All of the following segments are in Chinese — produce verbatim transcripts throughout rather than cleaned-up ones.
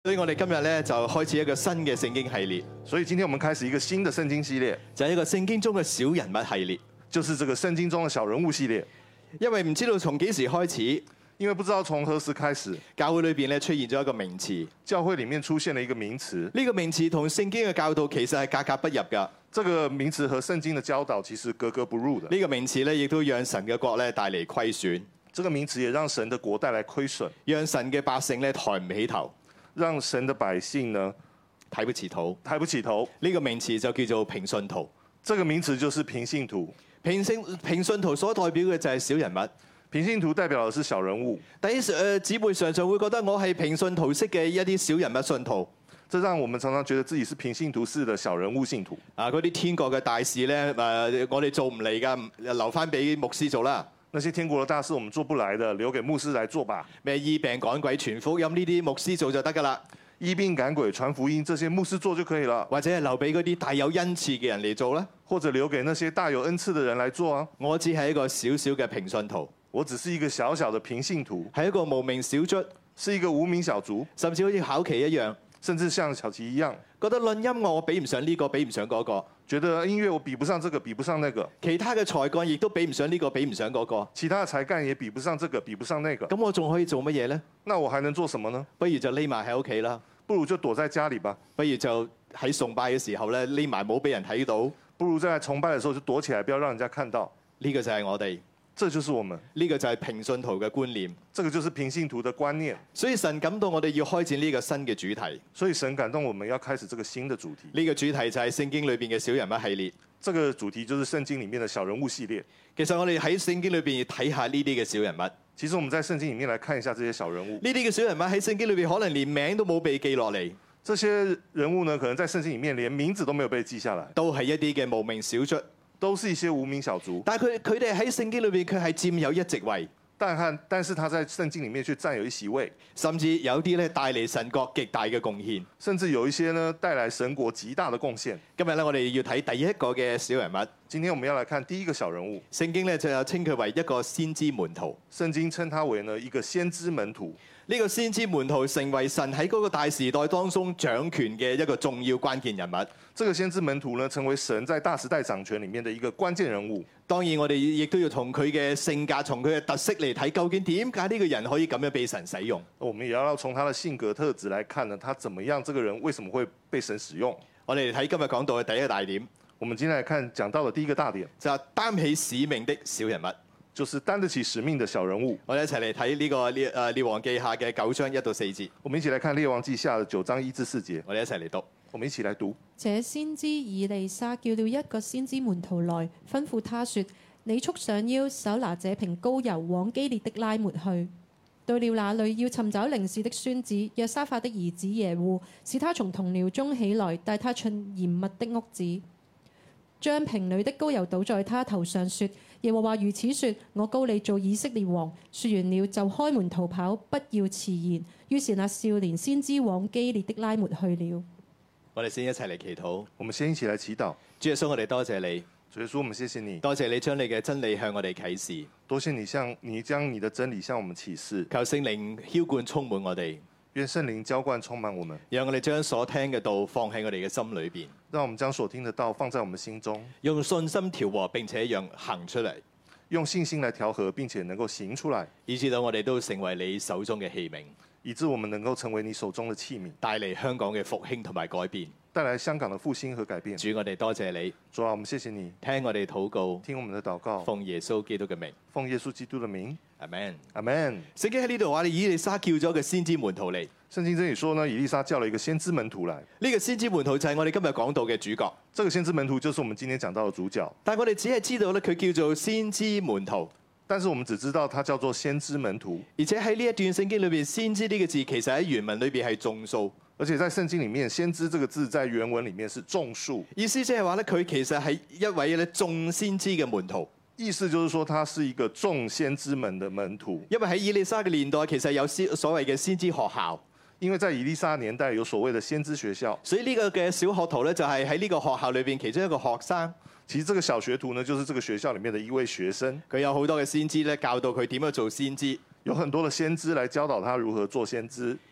所以我哋今日咧就開始一個新嘅聖經系列， 所以今天我們開始一個新的聖經系列， 就係一個聖經中嘅小人物系列， 就是這個聖經中的小人物系列。 因為唔知道從幾時開始， 因為不知道從何時開始， 教會裏邊咧出現咗一個名詞， 教會裡面出現了一個名詞。 呢個名詞同聖經嘅教導其實係格格不入㗎。 這個名詞和聖經的教導其實格格不入的。 呢個名詞咧亦都讓神嘅國咧帶嚟虧損， 這個名詞也讓神的國帶來虧損， 讓神嘅百姓咧抬唔起頭。 讓神的百姓呢抬不起頭， 抬不起頭。 呢個名詞就叫做平信徒。 這個名詞就是平信徒。 平信平信徒所代表嘅就係小人物。 平信徒代表的是小人物。 第一誒姊妹常常會覺得我係平信徒式嘅一啲小人物信徒。 這讓我們常常覺得自己是平信徒式的小人物信徒。 啊，嗰啲天國嘅大事咧，誒我哋做唔嚟㗎，留翻俾牧師做啦。 那些天國的大事我們做不來的，留給牧師來做吧。 咩醫病趕鬼傳福音呢啲牧師做就得㗎啦。 醫病趕鬼傳福音，這些牧師做就可以了。 或者係留俾嗰啲大有恩賜嘅人嚟做啦。 或者留給那些大有恩賜的人來做啊。 我只係一個小小嘅平信徒。 我只是一個小小的平信徒， 係一個無名小卒， 是一個無名小卒， 甚至好似考期一樣， 甚至像小琪一樣， 覺得論音樂我比唔上呢個，比唔上嗰個。 覺得音樂我比不上這個，比不上那個。 其他嘅才幹亦都比唔上呢個，比唔上嗰個。 其他的才幹也比不上這個，比不上那個。 咁我仲可以做乜嘢呢？ 那我還能做什麼呢？ 不如就匿埋喺屋企啦。 不如就躲在家裡吧。 不如就喺崇拜嘅時候咧匿埋，冇俾人睇到。 不如在崇拜嘅時候就躲起來，不要讓人家看到。 呢個就係我哋。 這就是我們。 呢個就係平信徒嘅觀念。 這個就是平信徒的觀念。 所以神感動我哋要開展呢個新嘅主題。 所以神感動我們要開始這個新的主題。 呢個主題就係聖經裏邊嘅小人物系列。 這個主題就是聖經裡面的小人物系列。 其實我哋喺聖經裏邊睇下呢啲嘅小人物。 其實我們在聖經裡面來看一下這些小人物。 呢啲嘅小人物喺聖經裏邊可能連名都冇被記落嚟。 這些人物呢，可能在聖經裡面連名字都沒有被記下來。 都係一啲嘅無名小卒。 都是一些無名小卒， 但係佢佢哋喺聖經裏邊，佢係佔有一席位。 但係但是他在聖經裡面卻佔有一席位， 甚至有啲咧帶嚟神國極大嘅貢獻。 甚至有一些呢帶來神國極大的貢獻。 今日咧，我哋要睇第一個嘅小人物。 今天我們要來看第一個小人物。 聖經咧就有稱佢為一個先知門徒。 聖經稱他為呢一個先知門徒。 呢個先知門徒成為神喺嗰個大時代當中掌權嘅一個重要關鍵人物。 這個先知門徒呢，成為神在大時代掌權裡面的一個關鍵人物。 當然，我哋亦都要從佢嘅性格、從佢嘅特色嚟睇，究竟點解呢個人可以咁樣被神使用？ 我們也要從他的性格特質來看呢，他怎麼樣？這個人為什麼會被神使用？ 我哋嚟睇今日講到嘅第一個大點。 我們今天來看講到的第一個大點， 就係擔起使命的小人物。 就是擔得起使命的小人物。 我哋一齊嚟睇呢個列誒列王記下嘅九章一到四節。 我們一起來看列王記下的九章一至四節。 我哋一齊嚟讀。 我們一起來讀。 這先知以利沙叫了一個先知門徒來，吩咐他說：你束上腰，手拿這瓶膏油，往基列的拉末去。到了那裏，要尋找寧示的孫子約沙法的兒子耶戶，使他從同僚中起來，帶他進嚴密的屋子，將瓶裏的膏油倒在他頭上，說：耶和華如此說，我膏你做以色列王。說完了就開門逃跑，不要遲延。於是那少年先知往基列的拉末去了。 我哋先一齊嚟祈禱。 我們先一起來祈禱。 主耶穌，我哋多謝你。 主耶穌，我們謝謝你。 多謝你將你嘅真理向我哋啟示。 多謝你向你將你的真理向我們啟示。 求聖靈澆灌充滿我哋。 願聖靈澆灌充滿我們。 讓我哋將所聽嘅道放喺我哋嘅心裏邊。 讓我們將所聽的道放在我們心中。 用信心調和並且讓行出嚟。 用信心來調和並且能夠行出來。 以至到我哋都成為你手中嘅器皿。 以致我們能夠成為你手中的器皿。 帶嚟香港嘅復興同埋改變。 帶來香港的復興和改變。 主，我哋多謝你。 主啊，我們謝謝你。 聽我哋禱告。 聽我們的禱告。 奉耶穌基督嘅名。 奉耶穌基督的名。 阿門。 阿門。 聖經喺呢度話，以利沙叫咗個先知門徒嚟。 聖經這裡說呢，以利沙叫了一個先知門徒來。 呢個先知門徒就係我哋今日講到嘅主角。 這個先知門徒就是我們今天講到的主角。 但係我哋只係知道咧，佢叫做先知門徒。 但是我們只知道他叫做先知門徒。 而且喺呢一段聖經裏邊，先知呢個字其實喺原文裏邊係眾數。 而且在聖經裡面，先知這個字在原文裡面是眾數。 意思即係話咧，佢其實係一位咧眾先知嘅門徒。 意思就是說，他是一個眾先知們的門徒。 因為喺以利沙嘅年代，其實有所謂嘅先知學校。 因為在以利沙年代有所謂的先知學校， 所以呢個嘅小學徒咧就係喺呢個學校裏邊其中一個學生。 其實這個小學徒呢，就是這個學校裡面的一位學生。 佢有好多嘅先知咧，教導佢點樣做先知。 有很多的先知來教導他如何做先知。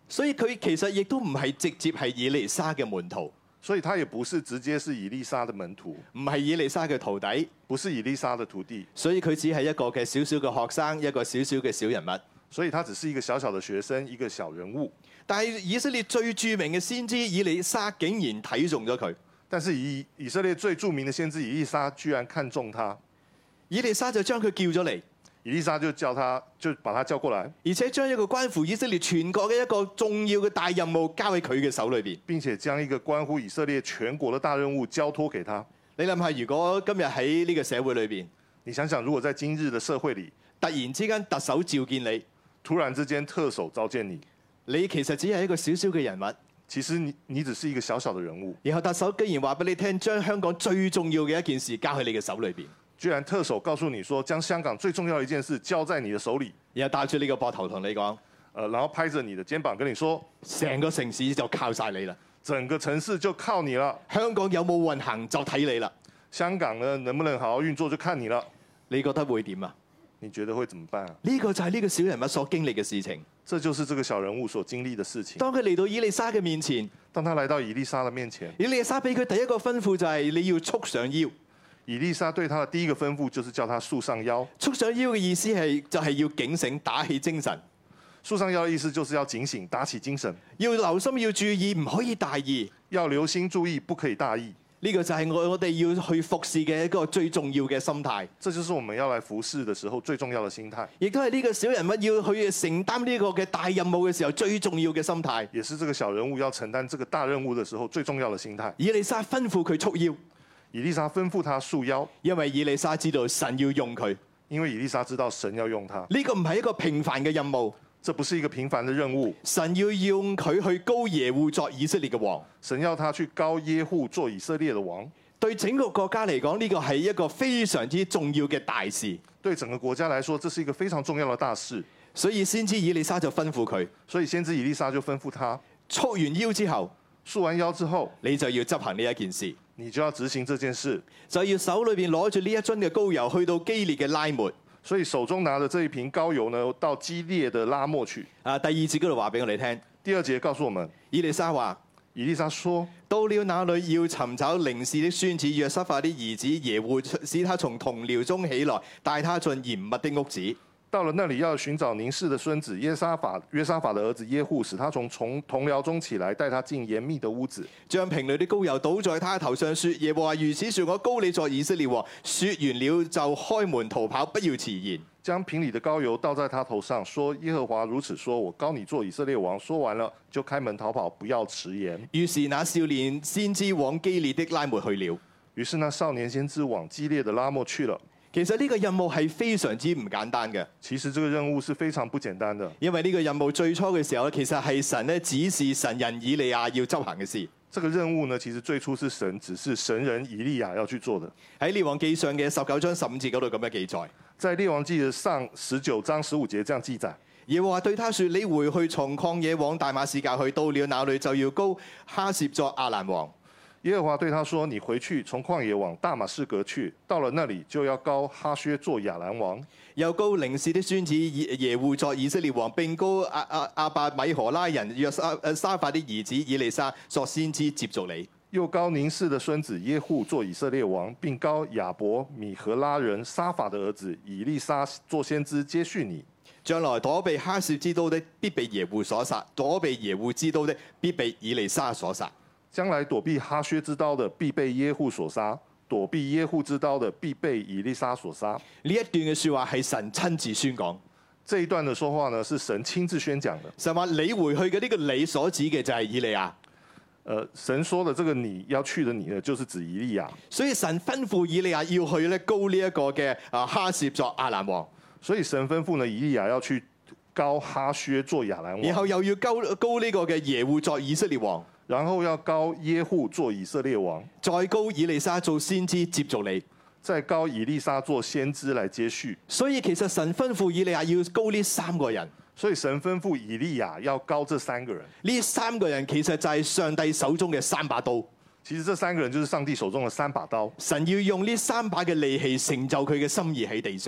所以佢其實亦都唔係直接係以利沙嘅門徒， 所以他也不是直接是以利沙的門徒， 唔係以利沙嘅徒弟， 不是以利沙的徒弟， 所以佢只係一個嘅小小嘅學生，一個小小嘅小人物。 所以他只是一個小小的學生，一個小人物。 但係以色列最著名嘅先知以利沙竟然睇中咗佢， 但是以以色列最著名的先知以利沙居然看中他， 以利沙就將佢叫咗嚟， 以利沙就叫他，就把他叫過來， 而且將一個關乎以色列全國嘅一個重要嘅大任務交喺佢嘅手裏邊。 並且將一個關乎以色列全國的大任務交託給他。 你諗下，如果今日喺呢個社會裏邊， 你想想，如果在今日的社會裡， 突然之間特首召見你， 突然之間特首召見你， 你其實只係一個小小嘅人物， 其實你你只是一個小小的人物。 然後特首竟然話俾你聽，將香港最重要嘅一件事交喺你嘅手裏邊， 居然特首告訴你說，將香港最重要的一件事交在你的手裡， 然後搭住呢個膊頭同你講， 呃，然後拍着你的肩膀跟你說， 成個城市就靠晒你啦， 整個城市就靠你了， 香港有冇運行就睇你啦。 香港呢能不能好好運作就看你了。 你覺得會點啊？ 你覺得會怎麼辦啊？ 呢個就係呢個小人物所經歷嘅事情。 這就是這個小人物所經歷的事情。 當佢嚟到以利沙嘅面前， 當他來到以利沙的面前， 以利沙俾佢第一個吩咐就係你要束上腰。 以利沙對他的第一個吩咐就是叫他束上腰。 束上腰嘅意思係就係要警醒，打起精神。 束上腰的意思就是要警醒，打起精神， 要留心，要注意，唔可以大意。 要留心注意，不可以大意。 呢個就係我我哋要去服侍嘅一個最重要嘅心態。 這就是我們要來服侍的時候最重要的心態， 亦都係呢個小人物要去承擔呢個嘅大任務嘅時候最重要嘅心態。 也是這個小人物要承擔這個大任務的時候最重要的心態。 以利沙吩咐佢束腰， 以利沙吩咐他束腰， 因為以利沙知道神要用佢。 因為以利沙知道神要用他。 呢個唔係一個平凡嘅任務。 這不是一個平凡的任務， 神要用佢去膏耶戶作以色列嘅王。 神要他去膏耶戶做以色列的王。 對整個國家嚟講，呢個係一個非常之重要嘅大事。 對整個國家來說，這是一個非常重要的大事。 所以先知以利沙就吩咐佢， 所以先知以利沙就吩咐他， 束完腰之後， 束完腰之後， 你就要執行呢一件事， 你就要執行這件事， 就要手裏邊攞住呢一樽嘅膏油去到基列嘅拉末。 所以手中拿着這一瓶膏油呢，到基列的拉末去。 啊，第二節嗰度話俾我哋聽， 第二節告訴我們， 以利沙話， 以利沙說， 到了那裏要尋找寧示的孫子約沙法的兒子耶戶，使他從同僚中起來，帶他進嚴密的屋子。 到了那裡要尋找寧示的孫子約沙法，約沙法的兒子耶戶，使他從從同僚中起來，帶他進嚴密的屋子。 將瓶裏的膏油倒在他頭上，說：耶和華如此說，我膏你作以色列王。說完了就開門逃跑，不要遲延。 將瓶裡的膏油倒在他頭上，說：耶和華如此說，我膏你做以色列王。說完了就開門逃跑，不要遲延。 於是那少年先知往基列的拉末去了。 於是那少年先知往基列的拉末去了。 其實呢個任務係非常之唔簡單嘅。 其實這個任務是非常不簡單的。 因為呢個任務最初嘅時候咧，其實係神咧指示神人以利亞要執行嘅事。 這個任務呢，其實最初是神指示神人以利亞要去做的。 喺列王記上嘅十九章十五節嗰度咁樣記載。 在列王記的上十九章十五節這樣記載。 耶和華對他說：你回去從曠野往大馬士革去，到了那裏就要膏哈薛作亞蘭王。 耶和華對他說：你回去從曠野往大馬士革去，到了那裡就要膏哈薛做亞蘭王。 又膏寧示的孫子耶戶作以色列王，並膏阿阿阿伯米荷拉人約沙沙法的兒子以利沙作先知接續你。 又膏寧示的孫子耶戶做以色列王，並膏亞伯米荷拉人沙法的兒子以利沙做先知接續你。 將來躲避哈薛之刀的必被耶戶所殺，躲避耶戶之刀的必被以利沙所殺。 將來躲避哈薛之刀的必被耶戶所殺，躲避耶戶之刀的必被以利沙所殺。 呢一段嘅説話係神親自宣講。 這一段的說話呢，是神親自宣講的。 神話你回去嘅呢個你所指嘅就係以利亞。 呃，神說的這個你要去的你呢，就是指以利亞。 所以神吩咐以利亞要去咧膏呢一個嘅啊哈薛作亞蘭王。 所以神吩咐呢以利亞要去膏哈薛做亞蘭王。 然後又要膏膏呢個嘅耶戶作以色列王。 然後要膏耶戶做以色列王， 再膏以利沙做先知接續你， 再膏以利沙做先知來接續。 所以其實神吩咐以利亞要膏呢三個人， 所以神吩咐以利亞要膏這三個人。 呢三個人其實就係上帝手中嘅三把刀。 其實這三個人就是上帝手中的三把刀。 神要用呢三把嘅利器成就佢嘅心意喺地上。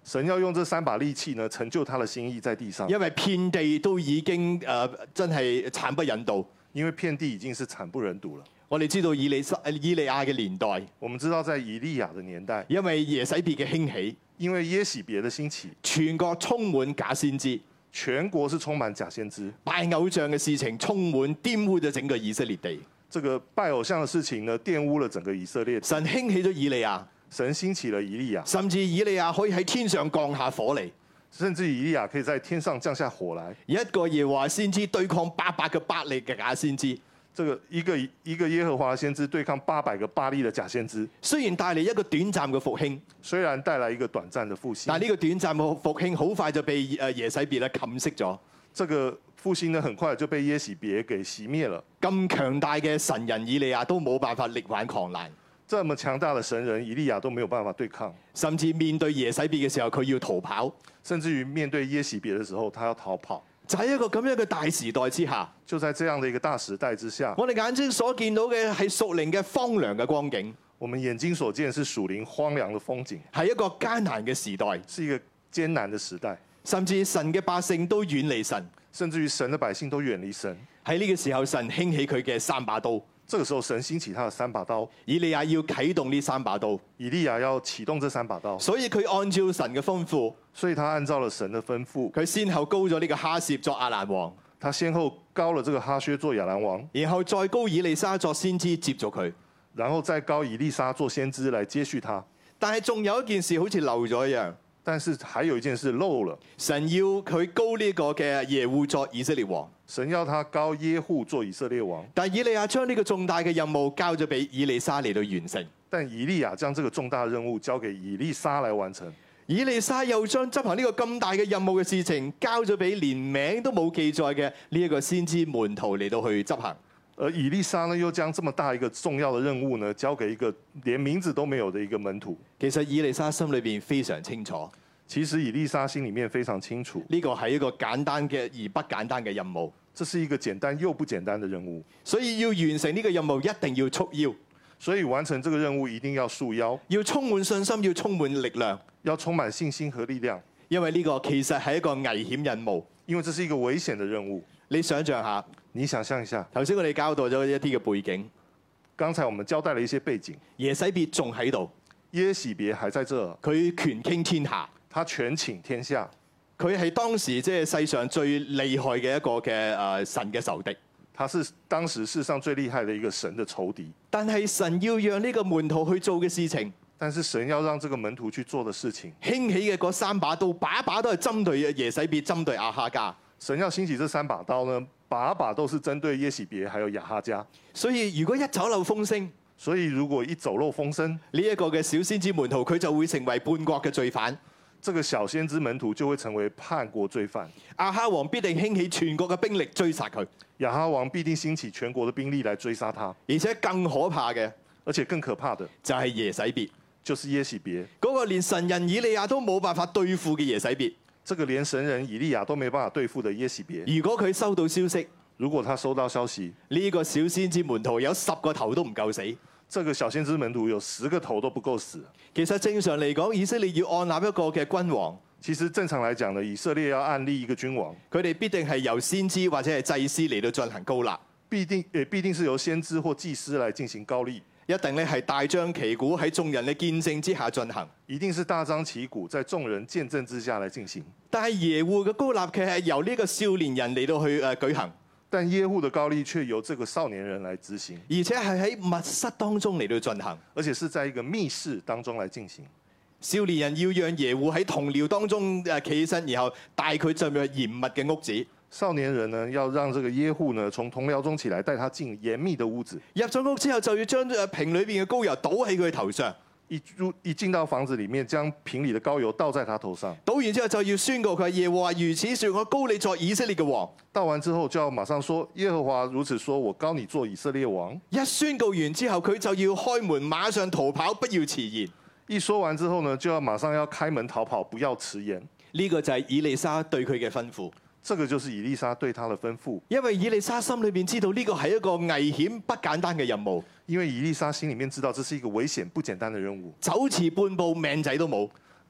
神要用這三把利器呢，成就他的心意在地上， 因為遍地都已經誒、呃、真係慘不忍睹。 因為遍地已經是慘不忍睹了。 我哋知道以利沙以利亞嘅年代， 我們知道在以利亞的年代， 因為耶洗別嘅興起， 因為耶洗別的興起， 全國充滿假先知， 全國是充滿假先知， 拜偶像嘅事情充滿玷污咗整個以色列地。 這個拜偶像的事情呢，玷污了整個以色列。 神興起咗以利亞， 神興起了以利亞， 甚至以利亞可以喺天上降下火嚟。 甚至以利亞可以在天上降下火來。 一個耶和華先知對抗八百個巴力嘅假先知， 這個一個一個耶和華先知對抗八百個巴力的假先知， 雖然帶嚟一個短暫嘅復興， 雖然帶來一個短暫的復興， 但係呢個短暫嘅復興好快就被誒耶洗別咧冚熄咗。 這個復興呢，很快就被耶洗別給熄滅了。 咁強大嘅神人以利亞都冇辦法力挽狂瀾， 這麼強大的神人以利亞都沒有辦法對抗， 甚至面對耶洗別嘅時候，佢要逃跑。 甚至於面對耶洗別的時候，他要逃跑。 就喺一個咁樣嘅大時代之下， 就在這樣的一個大時代之下， 我哋眼睛所見到嘅係屬靈嘅荒涼嘅光景， 我們眼睛所見是屬靈荒涼的風景， 係一個艱難嘅時代， 是一個艱難的時代， 甚至神嘅百姓都遠離神， 甚至於神的百姓都遠離神。 喺呢個時候，神興起佢嘅三把刀。 這個時候，神興起他的三把刀， 以利亞要啟動呢三把刀， 以利亞要啟動這三把刀， 所以佢按照神嘅吩咐， 所以他按照了神的吩咐， 佢先後高咗呢個哈薛作亞蘭王， 他先後高了這個哈薛做亞蘭王， 然後再高以利沙作先知接續佢， 然後再高以利沙做先知來接續他。 但係仲有一件事好似漏咗一樣， 但是還有一件事漏了， 神要佢高呢個嘅耶戶作以色列王。 神要他高耶戶做以色列王， 但以利亞將呢個重大嘅任務交咗俾以利沙嚟到完成。 但以利亞將這個重大任務交給以利沙來完成。 以利沙又將執行呢個咁大嘅任務嘅事情交咗俾連名都冇記載嘅呢一個先知門徒嚟到去執行。 而以利沙呢，又將這麼大一個重要的任務呢，交給一個連名字都沒有的一個門徒。 其實以利沙心裏邊非常清楚， 其實以利沙心裡面非常清楚， 呢個係一個簡單嘅而不簡單嘅任務。 這是一個簡單又不簡單的任務， 所以要完成呢個任務一定要束腰， 所以完成這個任務一定要束腰， 要充滿信心，要充滿力量， 要充滿信心和力量， 因為呢個其實係一個危險任務。 因為這是一個危險的任務。 你想象下， 你想象一下， 頭先我哋交代咗一啲嘅背景， 剛才我們交代了一些背景， 耶洗別仲喺度， 耶洗別還在這， 佢權傾天下， 他權傾天下。 佢係當時即係世上最厲害嘅一個嘅誒神嘅仇敵， 他是當時世上最厲害的一個神的仇敵。 但係神要讓呢個門徒去做嘅事情， 但是神要讓這個門徒去做的事情， 興起嘅嗰三把刀，把把都係針對耶洗別，針對亞哈家。 神要興起這三把刀呢，把把都是針對耶洗別還有亞哈家。 所以如果一走漏風聲， 所以如果一走漏風聲， 呢一個嘅小先知門徒佢就會成為叛國嘅罪犯。 這個小先知門徒就會成為叛國罪犯。 亞哈王必定興起全國嘅兵力追殺佢， 亞哈王必定興起全國的兵力來追殺他。 而且更可怕嘅， 而且更可怕的就係耶洗別， 就是耶洗別， 嗰個連神人以利亞都冇辦法對付嘅耶洗別。 這個連神人以利亞都沒辦法對付的耶洗別。 如果佢收到消息， 如果他收到消息， 呢個小先知門徒有十個頭都唔夠死。 這個小先知門徒有十個頭都不夠死。 其實正常嚟講，以色列要按立一個嘅君王。 其實正常來講呢，以色列要按立一個君王， 佢哋必定係由先知或者係祭司嚟到進行膏立， 必定誒必定是由先知或祭司來進行膏立， 一定咧係大張旗鼓喺眾人嘅見證之下進行， 一定是大張旗鼓在眾人見證之下來進行。 但係耶戶嘅膏立卻係由呢個少年人嚟到去誒舉行， 但耶戶的膏立卻由這個少年人來執行， 而且係喺密室當中嚟到進行， 而且是在一個密室當中來進行。 少年人要讓耶戶喺同僚當中誒企起身，然後帶佢進入嚴密嘅屋子。 少年人呢，要讓這個耶戶呢，從同僚中起來，帶他進嚴密的屋子。 入咗屋之後，就要將誒瓶裏邊嘅膏油倒喺佢頭上。 一入一進到房子裡面，將瓶裡的膏油倒在他頭上。 倒完之後就要宣告佢，耶和華如此說，我膏你作以色列嘅王。 倒完之後就要馬上說，耶和華如此說，我膏你做以色列王。 一宣告完之後，佢就要開門，馬上逃跑，不要遲延。 一說完之後呢，就要馬上要開門逃跑，不要遲延。 呢個就係以利沙對佢嘅吩咐。 這個就是以利沙對他的吩咐。 因為以利沙心裏邊知道呢個係一個危險不簡單嘅任務。 因為以利沙心裡面知道這是一個危險不簡單的任務。 走遲半步，命仔都冇。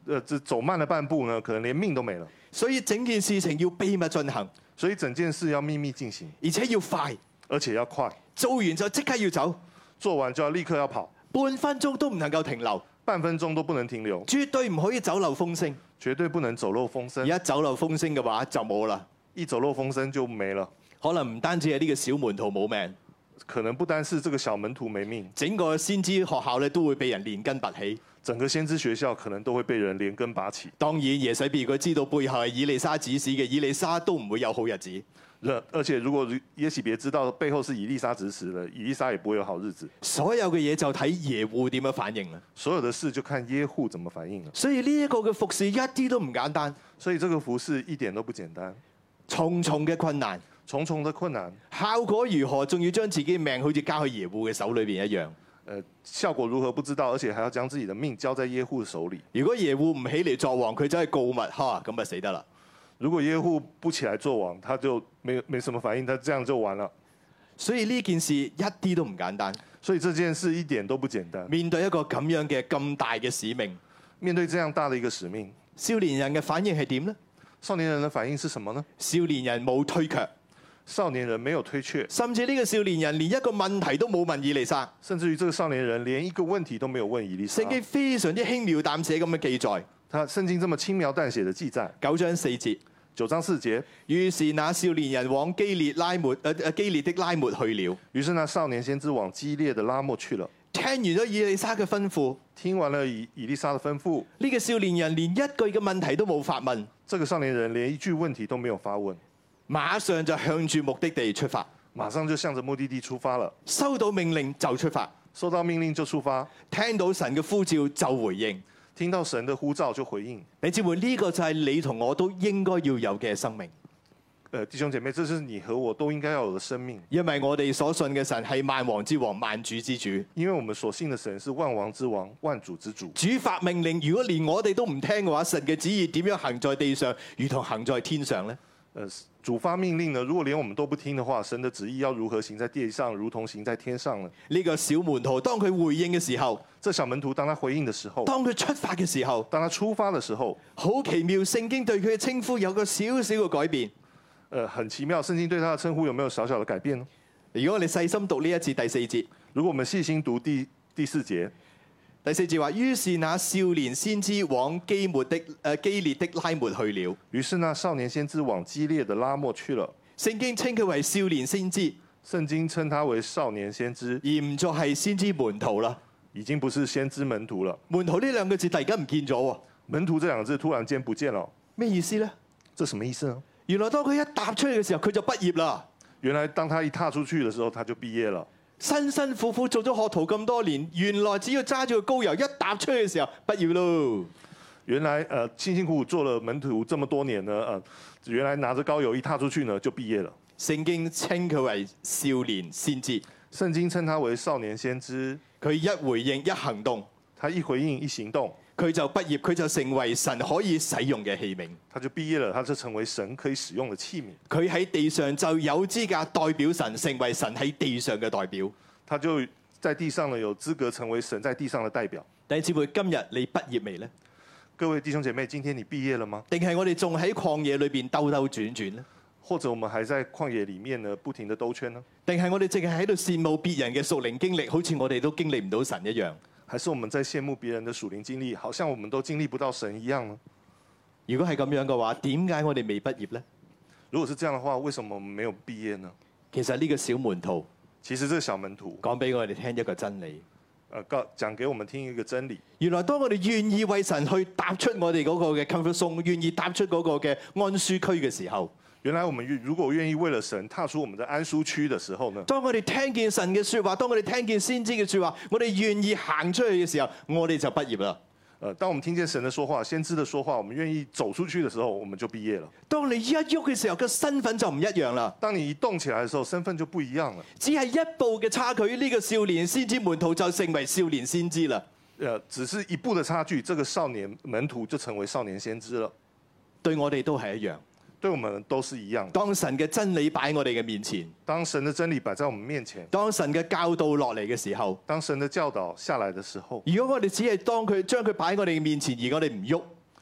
呃，这走慢了半步呢，可能连命都没了。 所以整件事情要秘密進行， 所以整件事要秘密進行， 而且要快， 而且要快， 做完就即刻要走， 做完就要立刻要跑， 半分鐘都唔能夠停留， 半分鐘都不能停留， 絕對唔可以走漏風聲。 絕對不能走漏風聲。 而一走漏風聲嘅話就冇啦， 一走漏風聲就沒了。 可能唔單止係呢個小門徒冇命， 可能不單是這個小門徒沒命， 整個先知學校咧都會被人連根拔起。 整個先知學校可能都會被人連根拔起。 當然耶洗別佢知道背後係以利沙指使嘅，以利沙都唔會有好日子。 而且如果耶洗別知道背後是以利沙指使的，以利沙也不會有好日子。 所有嘅嘢就睇耶戶點樣反應啦。 所有的事就看耶戶怎麼反應了。 所以呢一個嘅服侍一啲都唔簡單， 所以這個服事一點都不簡單， 重重嘅困難， 重重的困難， 效果如何？仲要將自己嘅命好似交喺耶戶嘅手裏邊一樣。 呃，效果如何不知道，而且還要將自己的命交在耶戶手裏。 如果耶戶唔起嚟作王，佢走去告密，哈，咁啊死得啦！ 如果耶戶不起來作王，他就沒沒什麼反應，他這樣就完了。 所以呢件事一啲都唔簡單。 所以這件事一點都不簡單。 面對一個咁樣嘅咁大嘅使命， 面對這樣大的一個使命， 少年人嘅反應係點呢？ 少年人的反應是什麼呢？ 少年人冇推卻， 少年人沒有推卻， 甚至呢個少年人連一個問題都冇問以利沙， 甚至於這個少年人連一個問題都沒有問以利沙。 聖經非常之輕描淡寫咁嘅記載， 他聖經這麼輕描淡寫的記載， 九章四節， 九章四節。 於是那少年人往基列拉末誒誒基列的拉末去了。 於是那少年先知往基列的拉末去了。 聽完咗以利沙嘅吩咐， 聽完了以以利沙的吩咐， 呢個少年人連一句嘅問題都冇發問， 這個少年人連一句問題都沒有發問， 馬上就向住目的地出發， 馬上就向着目的地出發了。 收到命令就出發， 收到命令就出發， 聽到神嘅呼召就回應。 聽到神的呼召就回應。 你知唔知呢個就係你同我都應該要有嘅生命？ 呃，弟兄姐妹，這是你和我都應該要有的生命， 因為我哋所信嘅神係萬王之王、萬主之主。 因為我們所信的神是萬王之王、萬主之主。 主發命令，如果連我哋都唔聽嘅話，神嘅旨意點樣行在地上，如同行在天上呢？ 呃，主發命令呢，如果連我們都不聽的話，神的旨意要如何行在地上，如同行在天上呢？ 呢個小門徒當佢回應嘅時候， 這小門徒當他回應的時候， 當佢出發嘅時候， 當他出發的時候， 好奇妙，聖經對佢嘅稱呼有個少少嘅改變。 呃，很奇妙，聖經對他的稱呼有沒有小小的改變呢？ 如果我哋細心讀呢一節第四節， 如果我們細心讀第第四節， 第四節話：於是那少年先知往基末的誒、呃、基列的拉末去了。 於是那少年先知往基列的拉末去了。 聖經稱佢為少年先知， 聖經稱他為少年先知， 而唔再係先知門徒啦。 已經不是先知門徒了。 門徒呢兩個字突然間唔見咗喎， 門徒這兩個字突然間不見了， 咩意思呢？ 這什麼意思呢？ 原來當佢一踏出去嘅時候，佢就畢業啦。 原來當他一踏出去的時候，他就畢業了。 辛辛苦苦做咗學徒咁多年，原來只要揸住個膏油一踏出去嘅時候，畢業咯。 原來呃辛辛苦苦做了門徒這麼多年呢，呃原來拿着膏油一踏出去呢就畢業了。 聖經稱佢為少年先知， 聖經稱他為少年先知。 佢一回應一行動， 他一回應一行動， 佢就畢業，佢就成為神可以使用嘅器皿。 他就畢業了，他就成為神可以使用的器皿。 佢喺地上就有資格代表神，成為神喺地上嘅代表。 他就在地上呢有資格成為神在地上的代表。 弟兄姊妹，今日你畢業未呢？ 各位弟兄姐妹，今天你畢業了嗎？ 定係我哋仲喺曠野裏邊兜兜轉轉呢？ 或者我們還在曠野裡面呢不停地兜圈呢？ 定係我哋淨係喺度羨慕別人嘅屬靈經歷，好似我哋都經歷唔到神一樣？ 還是我們在羨慕別人的屬靈經歷，好像我們都經歷不到神一樣呢？ 如果係咁樣嘅話，點解我哋未畢業呢？ 如果是這樣的話，為什麼我們沒有畢業呢？ 其實呢個小門徒， 其實這個小門徒講俾我哋聽一個真理， 呃，告講給我們聽一個真理。 原來當我哋願意為神去踏出我哋嗰個嘅 comfort zone，願意踏出嗰個嘅安舒區嘅時候， 原來我們如果願意為了神踏出我們的安舒區的時候呢？ 當我哋聽見神嘅説話，當我哋聽見先知嘅説話，我哋願意行出去嘅時候，我哋就畢業啦。 呃，當我們聽見神的說話、先知的說話，我們願意走出去的時候，我們就畢業了。 當你一喐嘅時候，個身份就唔一樣啦。 當你一動起來的時候，身份就不一樣了。 只係一步嘅差距，呢個少年先知門徒就成為少年先知啦。 呃，只是一步的差距，這個少年門徒就成為少年先知了。 對我哋都係一樣。 對我們都是一樣的。 當神嘅真理擺我哋嘅面前， 當神的真理擺在我們面前， 當神嘅教導落嚟嘅時候， 當神的教導下來的時候， 如果我哋只係當佢將佢擺我哋嘅面前，而我哋唔喐，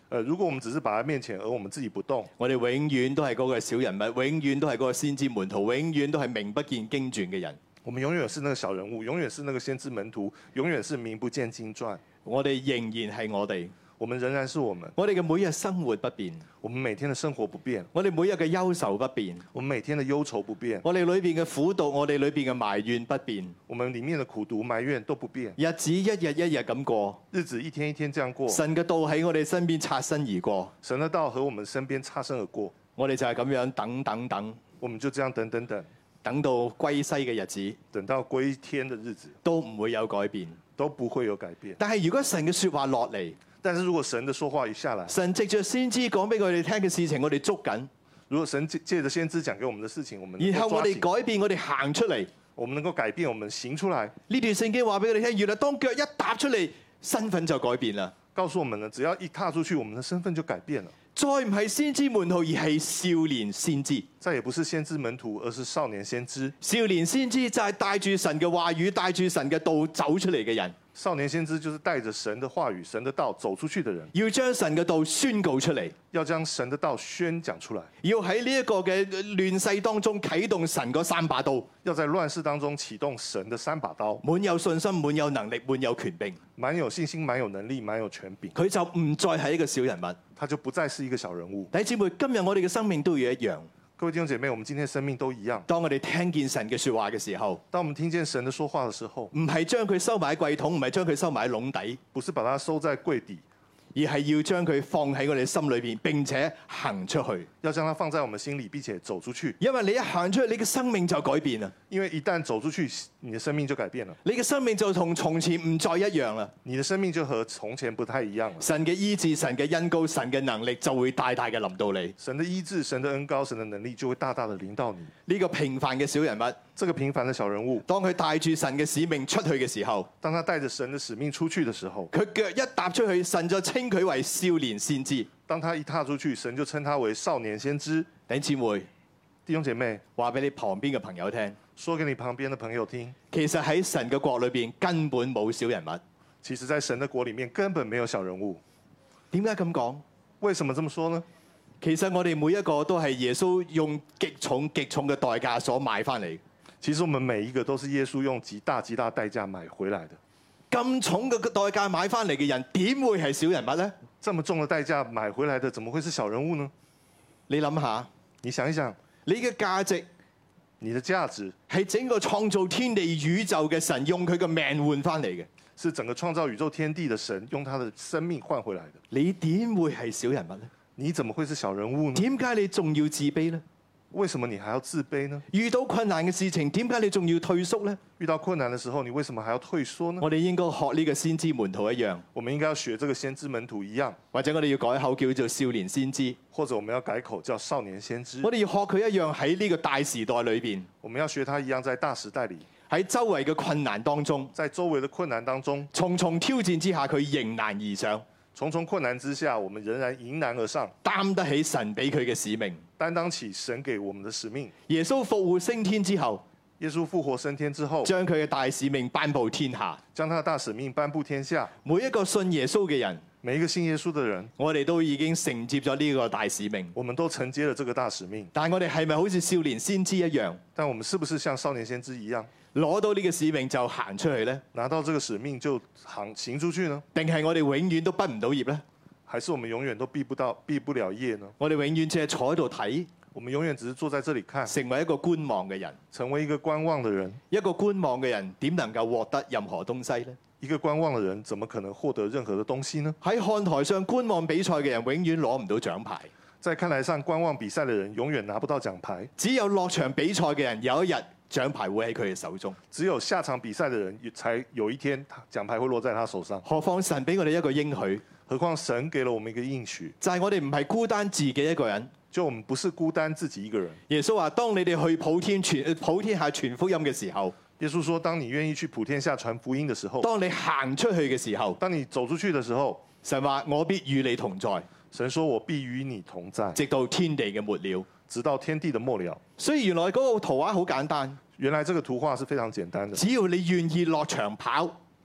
呃，如果我們只是擺在面前，而我們自己不動， 我哋永遠都係嗰個小人物，永遠都係嗰個先知門徒，永遠都係名不見經傳嘅人。 我們永遠是那個小人物，永遠是那個先知門徒，永遠是名不見經傳。 我哋仍然係我哋， 我們仍然是我們。 我哋嘅每日生活不變， 我們每天的生活不變， 我哋每日嘅憂愁不變， 我們每天的憂愁不變， 我哋裏邊嘅苦毒，我哋裏邊嘅埋怨不變， 我們裡面的苦毒埋怨都不變。 日子一日一日咁過， 日子一天一天這樣過。 神嘅道喺我哋身邊擦身而過， 神的道和我們身邊擦身而過， 我哋就係咁樣等等等， 我們就這樣等等等， 等到歸西嘅日子， 等到歸天的日子都唔會有改變， 都不會有改變。 但係如果神嘅説話落嚟， 但是如果神的說話一下來， 神藉着先知講俾我哋聽嘅事情，我哋捉緊， 如果神借借着先知講給我們的事情，我們能夠然後我哋抓緊， 改變，我哋行出嚟。 我們能夠改變，我們行出來。 呢段聖經話俾我哋聽，原來當腳一踏出嚟，身份就改變啦。 告訴我們呢，只要一踏出去，我們的身份就改變了。 再唔係先知門徒，而係少年先知。 再也不是先知門徒，而是少年先知。 少年先知就係帶住神嘅話語，帶住神嘅道走出嚟嘅人。 少年先知就是帶着神的話語、神的道走出去的人， 要將神嘅道宣告出嚟， 要將神的道宣講出來， 要喺呢一個嘅亂世當中啟動神嗰三把刀， 要在亂世當中啟動神的三把刀， 滿有信心、滿有能力、滿有權柄。 滿有信心、滿有能力、滿有權柄， 佢就唔再係一個小人物。 他就不再是一個小人物。 弟兄姊妹，今日我哋嘅生命都要一樣。 各位弟兄姐妹，我們今天的生命都一樣。 當我哋聽見神嘅説話嘅時候， 當我們聽見神的說話的時候， 唔係將佢收埋喺櫃桶，唔係將佢收埋喺籠底， 不是把它收在櫃底， 而係要將佢放喺我哋心裏邊，並且行出去。 要將它放在我們心裡，並且走出去。 因為你一行出去，你嘅生命就改變啦。 因為一旦走出去，你的生命就改變了， 你嘅生命就同從前唔再一樣啦。 你的生命就和從前不太一樣了。 神嘅醫治、神嘅恩膏、神嘅能力就會大大嘅臨到你。 神的醫治、神的恩膏、神的能力就會大大的臨到你。 呢個平凡嘅小人物， 這個平凡的小人物， 當佢帶住神嘅使命出去嘅時候， 當他帶着神的使命出去的時候， 佢腳一踏出去，神就稱佢為少年先知。 當他一踏出去，神就稱他為少年先知。 弟兄姊妹， 弟兄姐妹， 話俾你旁邊嘅朋友聽， 說給你旁邊的朋友聽， 其實喺神嘅國裏邊根本冇小人物。 其實在神的國裡面根本沒有小人物。 點解咁講？ 為什麼這麼說呢？ 其實我哋每一個都係耶穌用極重極重嘅代價所買翻嚟。 其實我們每一個都是耶穌用極大極大代價買回來的。 咁重嘅代價買翻嚟嘅人，點會係小人物呢？ 這麼重的代價買回來的，怎麼會是小人物呢？ 你諗下， 你想一想， 你嘅價值你的價值係整個創造天地宇宙嘅神用佢嘅命換翻嚟嘅。 是整個創造宇宙天地的神用他的生命換回來的。 你點會係小人物呢？ 你怎麼會是小人物呢？ 點解你仲要自卑呢？ 為什麼你還要自卑呢？ 遇到困難嘅事情，點解你仲要退縮呢？ 遇到困難的時候，你為什麼還要退縮呢？ 我哋應該學呢個先知門徒一樣， 我們應該要學這個先知門徒一樣， 或者我哋要改口叫做少年先知， 或者我們要改口叫少年先知。 我哋要學佢一樣喺呢個大時代裏邊， 我們要學他一樣，在大時代裡， 喺周圍嘅困難當中， 在周圍的困難當中， 重重挑戰之下，佢迎難而上， 重重困難之下，我們仍然迎難而上， 擔得起神俾佢嘅使命。 擔當起神給我們的使命。 耶穌復活升天之後， 耶穌復活升天之後， 將佢嘅大使命頒布天下。 將他的大使命頒布天下。 每一個信耶穌嘅人， 每一個信耶穌的人， 我哋都已經承接咗呢個大使命。 我們都承接了這個大使命。 但我哋係咪好似少年先知一樣， 但我們是不是像少年先知一樣， 攞到呢個使命就行出去呢？ 拿到這個使命就行行出去呢？ 定係我哋永遠都畢唔到業呢？ 還是我們永遠都畢不到、畢不了業呢？ 我哋永遠只係坐喺度睇， 我們永遠只是坐在這裡看， 成為一個觀望嘅人。 成為一個觀望的人。 一個觀望嘅人點能夠獲得任何東西呢？ 一個觀望的人怎麼可能獲得任何的東西呢？ 喺看台上觀望比賽嘅人永遠攞唔到獎牌， 在看台上觀望比賽的人永遠拿不到獎牌。 只有落場比賽嘅人有一日獎牌會喺佢嘅手中。 只有下場比賽的人才有一天獎牌會落在他手上。 何況神俾我哋一個應許， 何況神給了我們一個應許， 就係我哋唔係孤單自己一個人。 就我們不是孤單自己一個人。 耶穌話：當你哋去普天傳普天下傳福音嘅時候， 耶穌說：當你願意去普天下傳福音的時候， 當你行出去嘅時候， 當你走出去的時候， 神話我必與你同在， 神說我必與你同在， 直到天地嘅末了。 直到天地的末了。 所以原來嗰個圖畫好簡單， 原來這個圖畫是非常簡單的。 只要你願意落場跑，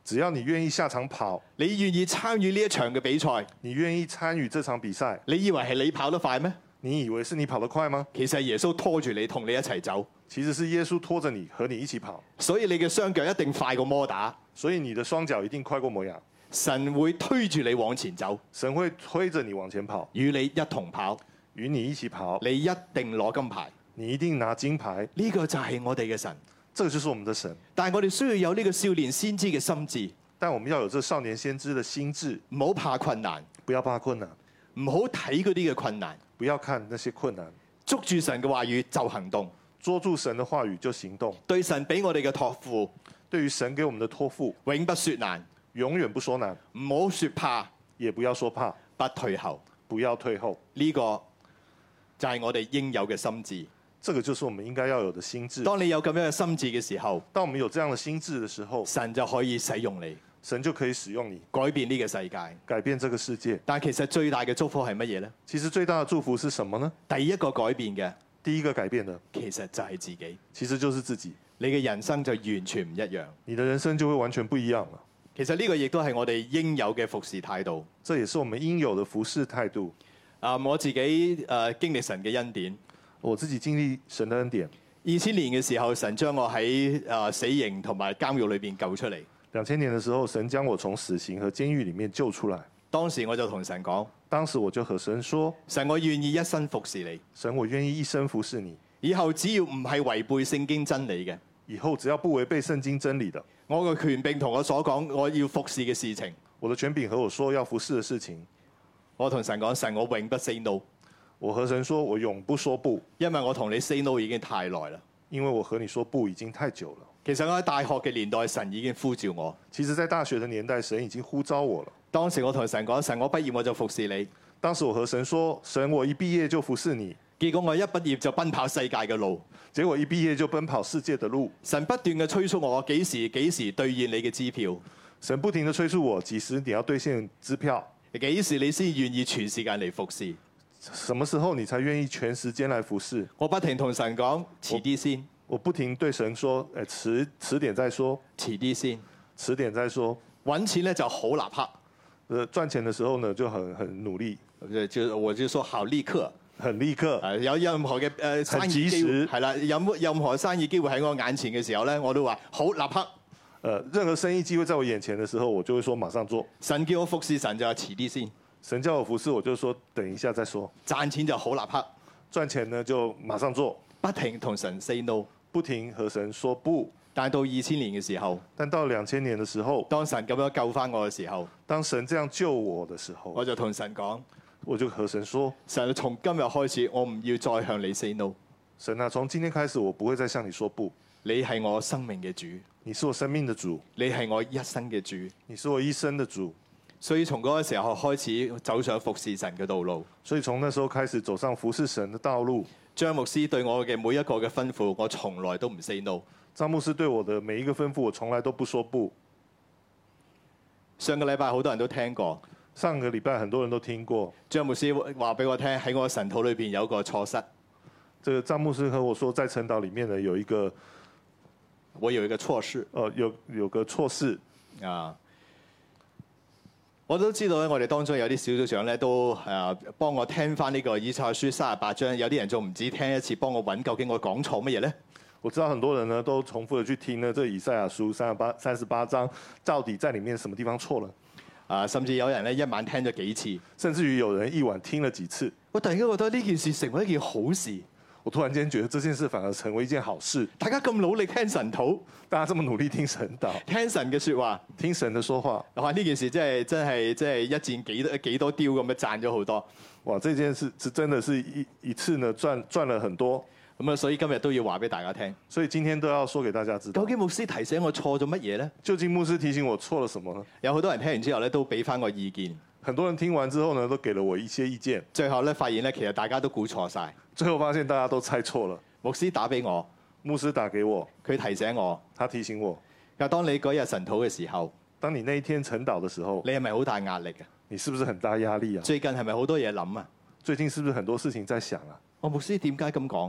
只要你願意下場跑， 你願意參與呢一場嘅比賽， 你願意參與這場比賽， 你以為係你跑得快咩？ 你以為是你跑得快嗎？ 其實係耶穌拖住你，同你一齊走。 其實是耶穌拖着你，和你一起跑。 所以你嘅雙腳一定快過摩打， 所以你的雙腳一定快過摩亞。 神會推住你往前走， 神會推着你往前跑， 與你一同跑， 與你一起跑。 你一定攞金牌， 你一定拿金牌。 呢個就係我哋嘅神。 這個就是我們的神。 但係我哋需要有呢個少年先知嘅心智， 但我們要有這少年先知的心智， 唔好怕困難， 不要怕困難， 唔好睇嗰啲嘅困難， 不要看那些困難， 捉住神嘅話語就行動， 捉住神的話語就行動。 對神俾我哋嘅託付， 對於神給我們的託付， 永不說難， 永遠不說難， 唔好說怕， 也不要說怕， 不退後， 不要退後。 呢個就係我哋應有嘅心智。 這個就是我們應該要有的心智。 當你有咁樣嘅心智嘅時候， 當我們有這樣的心智的時候， 神就可以使用你， 神就可以使用你， 改變呢個世界， 改變這個世界。 但其實最大嘅祝福係乜嘢呢？ 其實最大的祝福是什麼呢？ 第一個改變嘅， 第一個改變的， 其實就係自己， 其實就是自己。 你嘅人生就完全唔一樣。 你的人生就會完全不一樣了。 其實呢個亦都係我哋應有嘅服侍態度。 這也是我們應有的服侍態度。 啊，我自己誒、呃、經歷神嘅恩典。 我自己經歷神的恩典。 二千年嘅時候，神將我喺誒、呃、死刑同埋監獄裏邊救出嚟。 兩千年嘅時候，神將我從死刑和監獄裡面救出來。 當時我就同神講： 當時我就和神說： 神，我願意一生服侍你。 神，我願意一生服侍你。 以後只要唔係違背聖經真理嘅， 以後只要不違背聖經真理的， 我嘅權柄同我所講我要服侍嘅事情， 我的權柄和我說要服侍的事情， 我同神講：神，我永不 say no。 我和神說，我永不說不， 因為我同你 say no 已經太耐啦。 因為我和你說不已經太久了。 其實我喺大學嘅年代，神已經呼召我。 其實，在大學的年代，神已經呼召我了。 當時我同神講：神，我畢業我就服侍你。 當時我和神說：神，我一畢業就服侍你。 結果我一畢業就奔跑世界嘅路。 結果一畢業就奔跑世界的路。 神不斷嘅催促我，幾時幾時兌現你嘅支票？ 神不停地催促我，幾時你要兌現支票？ 幾時你先願意全時間嚟服侍？ 什麼時候你才願意全時間來服侍？ 我不停同神講：遲啲先。 我不停對神說：誒，遲遲點再說。 遲啲先。 遲點再說。 揾錢咧就好立刻。 呃，賺錢的時候呢就很很努力。 就我就說好立刻。 很立刻。 誒，有任何嘅誒生意機會係啦，有任何生意機會喺我眼前嘅時候咧，我都話好立刻。 誒，任何生意機會在我眼前嘅時候，我就會說馬上做。 神叫我服侍神就話遲啲先。 神叫我服侍，我就說等一下再說。 賺錢就好立刻， 賺錢呢就馬上做， 不停同神 say no， 不停和神說不。 但到二千年嘅時候， 但到兩千年嘅時候， 當神咁樣救翻我嘅時候， 當神這樣救我嘅時候， 我就同神講， 我就和神說： 神，從今日開始，我唔要再向你 say no。 神啊，從今天開始，我不會再向你說不。 你係我生命嘅主， 你是我生命的主， 你係我一生嘅主， 你是我一生的主。 所以從嗰個時候開始走上服侍神嘅道路。 所以從那時候開始走上服侍神的道路。 張牧師對我嘅每一個嘅吩咐，我從來都唔 say no。 張牧師對我的每一個吩咐，我從來都不說不。 上個禮拜好多人都聽過。 上個禮拜很多人都聽過。 張牧師話俾我聽，喺我神土裏邊有個錯失。 這個張牧師和我說，在陳島裡面呢有一個， 我有一個錯事。 呃，有有個錯事啊。我都知道咧，我哋當中有啲小組長咧都誒幫我聽翻呢個以賽亞書三十八章，有啲人仲唔止聽一次，幫我揾究竟我講錯乜嘢咧？ 我知道很多人呢都重複地去聽呢，這以賽亞書三十八三十八章到底在裡面什麼地方錯了？ 啊，甚至有人咧一晚聽咗幾次， 甚至於有人一晚聽了幾次。 我突然間覺得呢件事成為一件好事。 我突然間覺得這件事反而成為一件好事。 大家咁努力聽神禱， 大家這麼努力聽神道， 聽神嘅説話， 聽神的說話。 哇！呢件事真係真係真係一箭幾多幾多雕咁樣賺咗好多。 哇！這件事是真的是一一次呢賺賺了很多。 咁啊，所以今日都要話俾大家聽。 所以今天都要說給大家知道。 究竟牧師提醒我錯咗乜嘢咧？ 究竟牧師提醒我錯了什麼呢？ 有好多人聽完之後咧，都俾翻個意見。 很多人聽完之後呢，都給了我一些意見。 最後咧，發現咧，其實大家都估錯晒。 最後發現大家都猜錯了。 牧師打俾我， 牧師打給我， 佢提醒我， 他提醒我。 但當你嗰日晨禱嘅時候， 當你那一天晨禱嘅時候， 你係咪好大壓力啊？ 你是不是很大壓力啊？ 最近係咪好多嘢諗啊？ 最近是不是很多事情在想啊？ 我牧師點解咁講啊？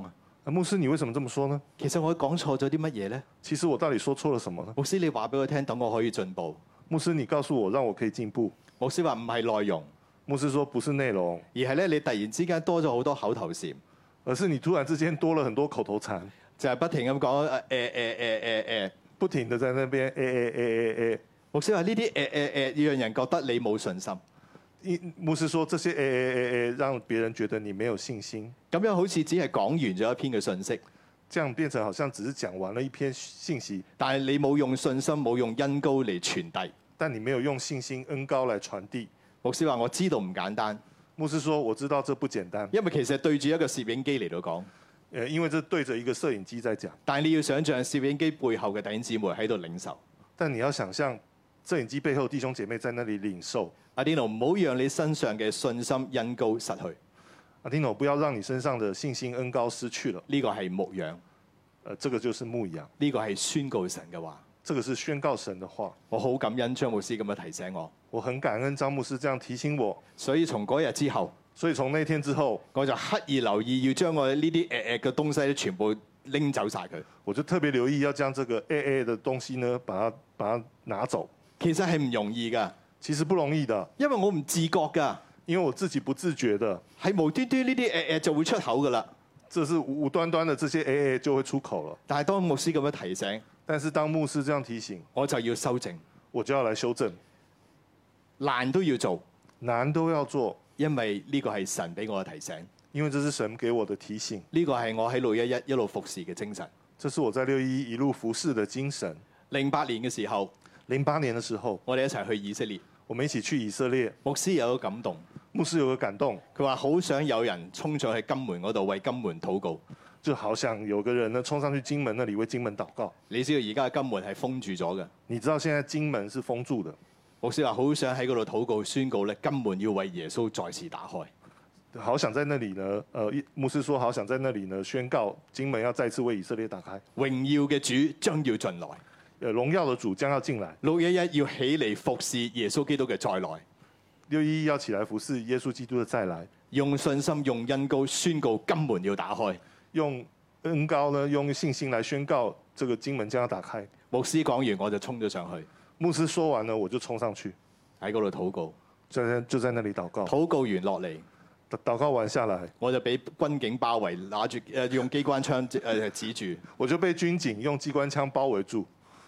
啊，牧師，你為什麼這麼說呢？ 其實我講錯咗啲乜嘢呢？ 其實我到底說錯了什麼呢？ 牧師，你話俾我聽，等我可以進步。 牧師，你告訴我，讓我可以進步。 牧師話唔係內容， 牧師說不是內容， 而係咧你突然之間多咗好多口頭禪， 而是你突然之間多了很多口頭禪， 就係不停咁講誒誒誒誒誒誒， 不停地在那邊誒誒誒誒誒。 牧師話呢啲誒誒誒，讓人覺得你冇信心。 牧師說這些誒誒誒誒，讓別人覺得你沒有信心。 咁樣好似只係講完咗一篇嘅信息， 這樣變成好像只是講完了一篇信息， 但係你冇用信心，冇用恩膏嚟傳遞。 但你沒有用信心恩膏來傳遞。 牧師話：我知道唔簡單。 牧師說：我知道這不簡單， 因為其實對住一個攝影機嚟到講， 誒，因為這對着一個攝影機在講。 但係你要想象攝影機背後嘅弟兄姊妹喺度領受。 但你要想象攝影機背後弟兄姐妹在那裡領受。 阿 Dino，唔好讓你身上嘅信心恩膏失去。 阿 Dino，不要讓你身上的信心恩膏失去了。 呢個係牧養， 呃，這個就是牧養。 呢個係宣告神嘅話。 這個是宣告神的話。 我好感恩張牧師咁樣提醒我。 我很感恩張牧師這樣提醒我。 所以從嗰日之後， 所以從那天之後， 我就刻意留意要將我呢啲誒誒嘅東西咧全部拎走晒佢。 我就特別留意要將這個 A A 的東西呢，把它把它拿走。 其實係唔容易㗎。 其實不容易的， 因為我唔自覺㗎。 因為我自己不自覺的， 係無端端呢啲誒誒就會出口㗎啦。 這是無端端的這些 A A 就會出口了。 但係當牧師咁樣提醒， 但是當牧師這樣提醒， 我就要修正， 我就要來修正， 難都要做， 難都要做， 因為呢個係神俾我嘅提醒， 因為這是神給我的提醒， 呢個係我喺六一一一路服侍嘅精神。 這是我在六一一路服侍的精神。 零八年嘅時候， 零八年的時候， 我哋一齊去以色列， 我們一起去以色列， 牧師有個感動， 牧師有個感動， 佢話好想有人衝上去金門嗰度為金門禱告， 就好想有個人呢衝上去金門那裡為金門禱告。 你知道而家嘅金門係封住咗嘅， 你知道現在金門是封住的。 牧師話好想喺嗰度禱告宣告咧，金門要為耶穌再次打開。 好想在那裡呢，呃，牧師說好想在那裡呢宣告金門要再次為以色列打開。 榮耀嘅主將要進來， 呃，榮耀的主將要進來。 六一一要起嚟服侍耶穌基督嘅再來。 六一一要起來服侍耶穌基督的再來。 用信心用恩膏宣告金門要打開。 用恩膏呢，用信心來宣告這個金門將要打開。 牧師講完我就衝咗上去。 牧師說完呢，我就衝上去喺嗰度禱告， 就在就在那裡禱告。 禱告完落嚟， 禱告完下來， 我就俾軍警包圍，拿住誒用機關槍誒指住， 我就被軍警用機關槍包圍住。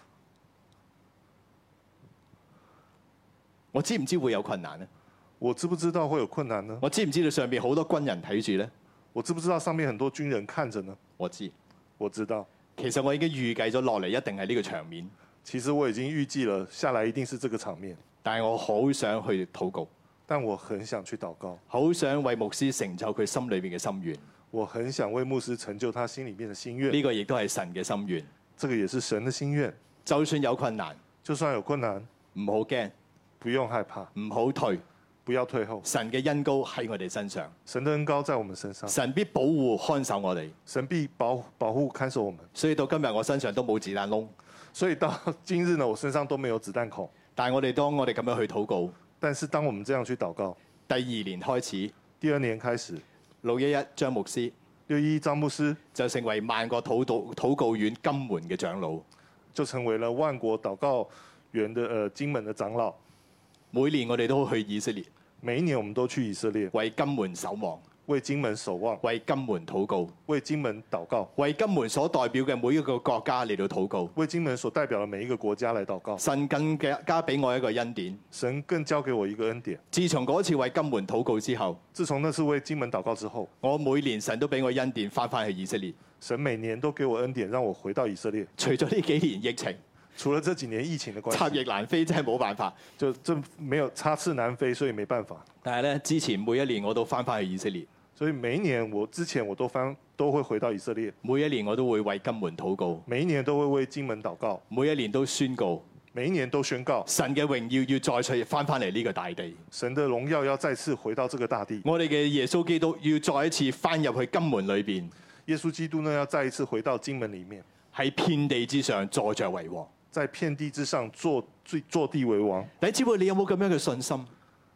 我知唔知會有困難呢？ 我知不知道會有困難呢？ 我知唔知道上邊好多軍人睇住呢？ 我知不知道上面很多軍人看着呢？ 我知， 我知道。 其實我已經預計咗落嚟一定係呢個場面。 其實我已經預計了下來一定是這個場面。 但係我好想去禱告， 但我很想去禱告， 好想為牧師成就佢心裏邊嘅心願。 我很想為牧師成就他心裏面的心願。 呢個亦都係神嘅心願。 這個也是神的心願。 就算有困難， 就算有困難， 唔好驚， 不用害怕， 唔好退， 不要退後。 神嘅恩膏喺我哋身上， 神的恩膏在我們身上， 神必保護看守我哋， 神必保保護看守我們。 所以到今日我身上都冇子彈窿。 所以到今日呢，我身上都沒有子彈孔。 但係我哋當我哋咁樣去禱告， 但是當我們這樣去禱告， 第二年開始， 第二年開始， 六一一張牧師， 六一一張牧師就成為萬國禱告禱告院金門嘅長老， 就成為了萬國禱告園的呃金門的長老。 每年我哋都去以色列， 每一年我們都去以色列， 為金門守望， 為金門守望， 為金門禱告， 為金門禱告， 為金門所代表嘅每一個國家嚟到禱告， 為金門所代表的每一個國家來禱告。 神更加俾我一個恩典， 神更交給我一個恩典。 自從嗰次為金門禱告之後， 自從那次為金門禱告之後， 我每年神都俾我恩典翻返去以色列。 神每年都給我恩典，讓我回到以色列。 除咗呢幾年疫情， 除了這幾年疫情的關係， 插翼難飛真係冇辦法， 就這沒有插翅難飛，所以沒辦法。 但係咧，之前每一年我都翻返去以色列。 所以每一年我之前我都翻都會回到以色列， 每一年我都會為金門禱告， 每一年都會為金門禱告， 每一年都宣告， 每一年都宣告神嘅榮耀要再次翻返嚟呢個大地， 神的榮耀要再次回到這個大地。 我哋嘅耶穌基督要再一次翻入去金門裏邊， 耶穌基督呢要再一次回到金門裡面， 喺遍地之上坐着為王， 在遍地之上坐坐地為王。 你知唔知你有冇咁樣嘅信心？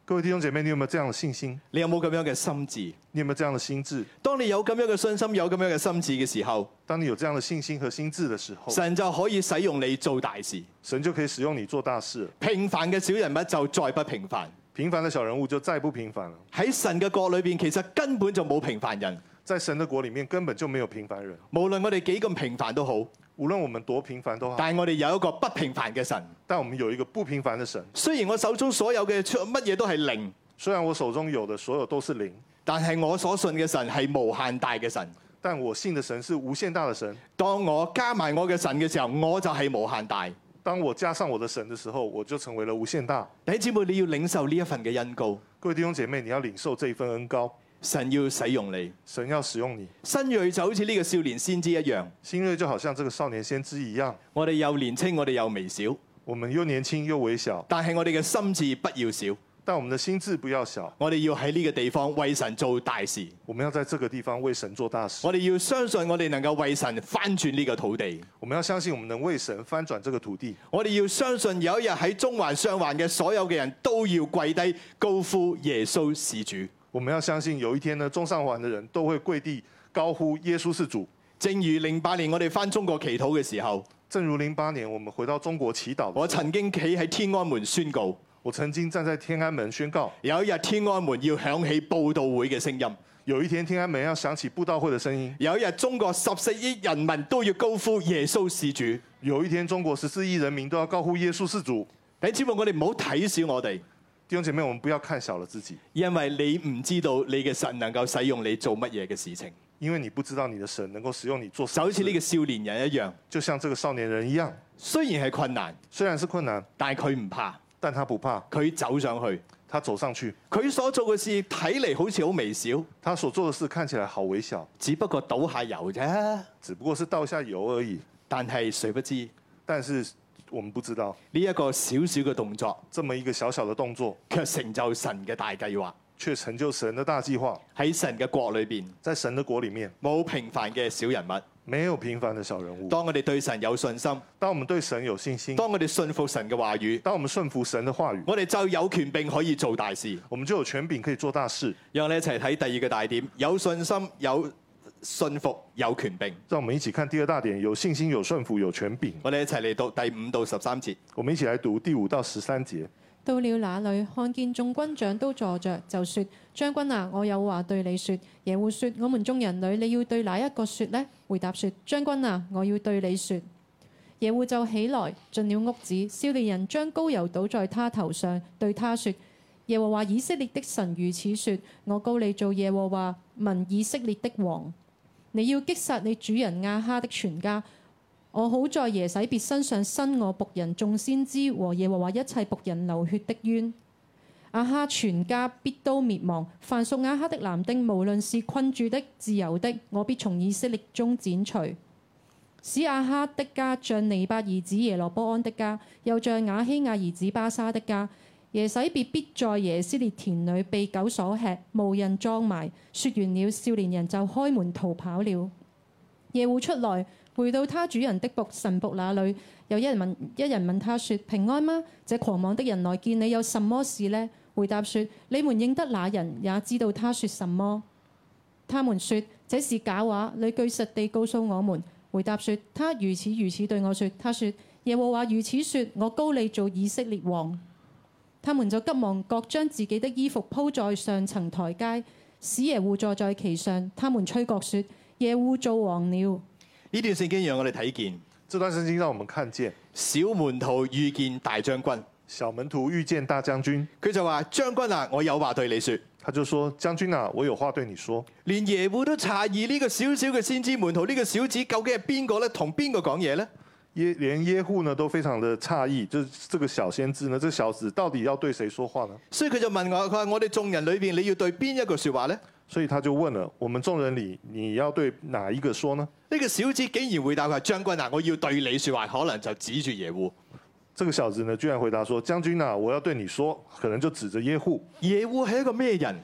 各位弟兄姐妹，你有沒有這樣的信心？ 你有冇咁樣嘅心智？ 你有沒有這樣的心智？ 當你有咁樣嘅信心，有咁樣嘅心智嘅時候， 當你有這樣的信心和心智的時候， 神就可以使用你做大事。 神就可以使用你做大事。 平凡嘅小人物就再不平凡。 平凡的小人物就再不平凡了。 喺神嘅國裏邊，其實根本就冇平凡人。 在神的國裡面根本就沒有平凡人。 無論我哋幾咁平凡都好， 無論我們多平凡都好， 但係我哋有一個不平凡嘅神。 但我們有一個不平凡的神。 雖然我手中所有嘅乜嘢都係零， 雖然我手中有的所有都是零， 但係我所信嘅神係無限大嘅神。 但我信的神是無限大的神。 當我加埋我嘅神嘅時候，我就係無限大。 當我加上我的神的時候，我就成為了無限大。 弟兄姊妹，你要領受呢一份嘅恩膏。 各位弟兄姐妹，你要領受這一份恩膏。 神要使用你， 神要使用你。 新銳就好似呢個少年先知一樣， 新銳就好像這個少年先知一樣。 我哋又年輕，我哋又微小， 我們又年輕又微小， 但係我哋嘅心智不要少。 但我們的心智不要小， 我哋要喺呢個地方為神做大事。 我們要在這個地方為神做大事。 我哋要相信我哋能夠為神翻轉呢個土地。 我們要相信我們能為神翻轉這個土地。 我哋要相信有一日喺中環上環嘅所有嘅人都要跪低高呼耶穌是主。 我們要相信有一天呢，中上環的人都會跪地高呼耶穌是主。 正如零八年我哋翻中國祈禱嘅時候， 正如零八年我們回到中國祈禱， 我曾經企喺天安門宣告。 我曾經站在天安門宣告， 有一日天安門要響起佈道會嘅聲音。 有一天天安門要響起佈道會的聲音。 有一日中國十四億人民都要高呼耶穌是主。 有一天中國十四億人民都要高呼耶穌是主。 弟兄姊妹，我哋唔好睇小我哋。 弟兄姐妹，我們不要看小了自己， 因為你唔知道你嘅神能夠使用你做乜嘢嘅事情。 因為你不知道你的神能夠使用你做什麼事， 就好似呢個少年人一樣， 就像這個少年人一樣。 雖然係困難， 雖然是困難， 但係佢唔怕。 但他不怕， 佢走上去， 他走上去， 佢所做嘅事睇嚟好似好微小， 他所做的事看起來好微小， 只不過倒下油啫， 只不過是倒下油而已。 但係誰不知？ 但是我們不知道呢一個小小嘅動作， 這麼一個小小的動作， 卻成就神嘅大計劃， 卻成就神的大計劃。 喺神嘅國裏邊， 在神的國裡面， 冇平凡嘅小人物。 沒有平凡的小人物。 當我哋對神有信心， 當我們對神有信心， 當我哋信服神嘅話語， 當我們順服神的話語， 我哋就有權柄可以做大事。 我們就有權柄可以做大事。 讓我哋一齊睇第二個大點：有信心、有信服、有權柄。 讓我們一起看第二大點：有信心、有順服、有權柄。 我哋一齊嚟讀第五到十三節。 我們一起來讀第五到十三節。 到了那裏，看見眾軍長都坐着，就說：將軍啊，我有話對你說。耶戶說：我們眾人裏，你要對哪一個說呢？回答說：將軍啊，我要對你說。耶戶就起來，進了屋子。少年人將膏油倒在他頭上，對他說：耶和華以色列的神如此說：我膏你做耶和華民以色列的王。你要擊殺你主人亞哈的全家。我好在耶洗別身上伸我僕人眾先知和耶和華一切僕人流血的冤。亞哈全家必都滅亡，凡屬亞哈的男丁，無論是困住的、自由的，我必從以色列中剪除。使亞哈的家像尼八兒子耶羅波安的家，又像亞希亞兒子巴沙的家。耶洗別必在耶斯列田裏被狗所吃，無人葬埋。說完了，少年人就開門逃跑了。耶戶出來，回到他主人的僕神僕那裏，有一人問一人問他說：平安嗎？這狂妄的人來見你有什麼事呢？回答說：你們認得那人，也知道他說什麼。他們說：這是假話。你據實地告訴我們。回答說：他如此如此對我說。他說：耶和華如此說：我膏你做以色列王。他們就急忙各將自己的衣服鋪在上層台階，使耶戶坐在其上。他們吹角說：耶戶做王了。 呢段聖經讓我哋睇見， 這段聖經讓我們看見小門徒遇見大將軍。 小門徒遇見大將軍， 佢就話：將軍啊，我有話對你說。 他就說：將軍啊，我有話對你說。 連耶戶都詫異呢個小小嘅先知門徒，呢個小子究竟係邊個呢？同邊個講嘢呢？ 耶連耶戶呢都非常的詫異，就是這個小先知呢，這個小子到底要對誰說話呢？ 所以佢就問我：佢話我哋眾人裏邊，你要對邊一個說話呢？ 所以他就問了：我們眾人裏，你要對哪一個說呢？ 呢個小子竟然回答佢：將軍啊，我要對你說話，可能就指住耶戶。 這個小子呢，居然回答說：將軍啊，我要對你說，可能就指着耶戶。 耶戶係一個咩人？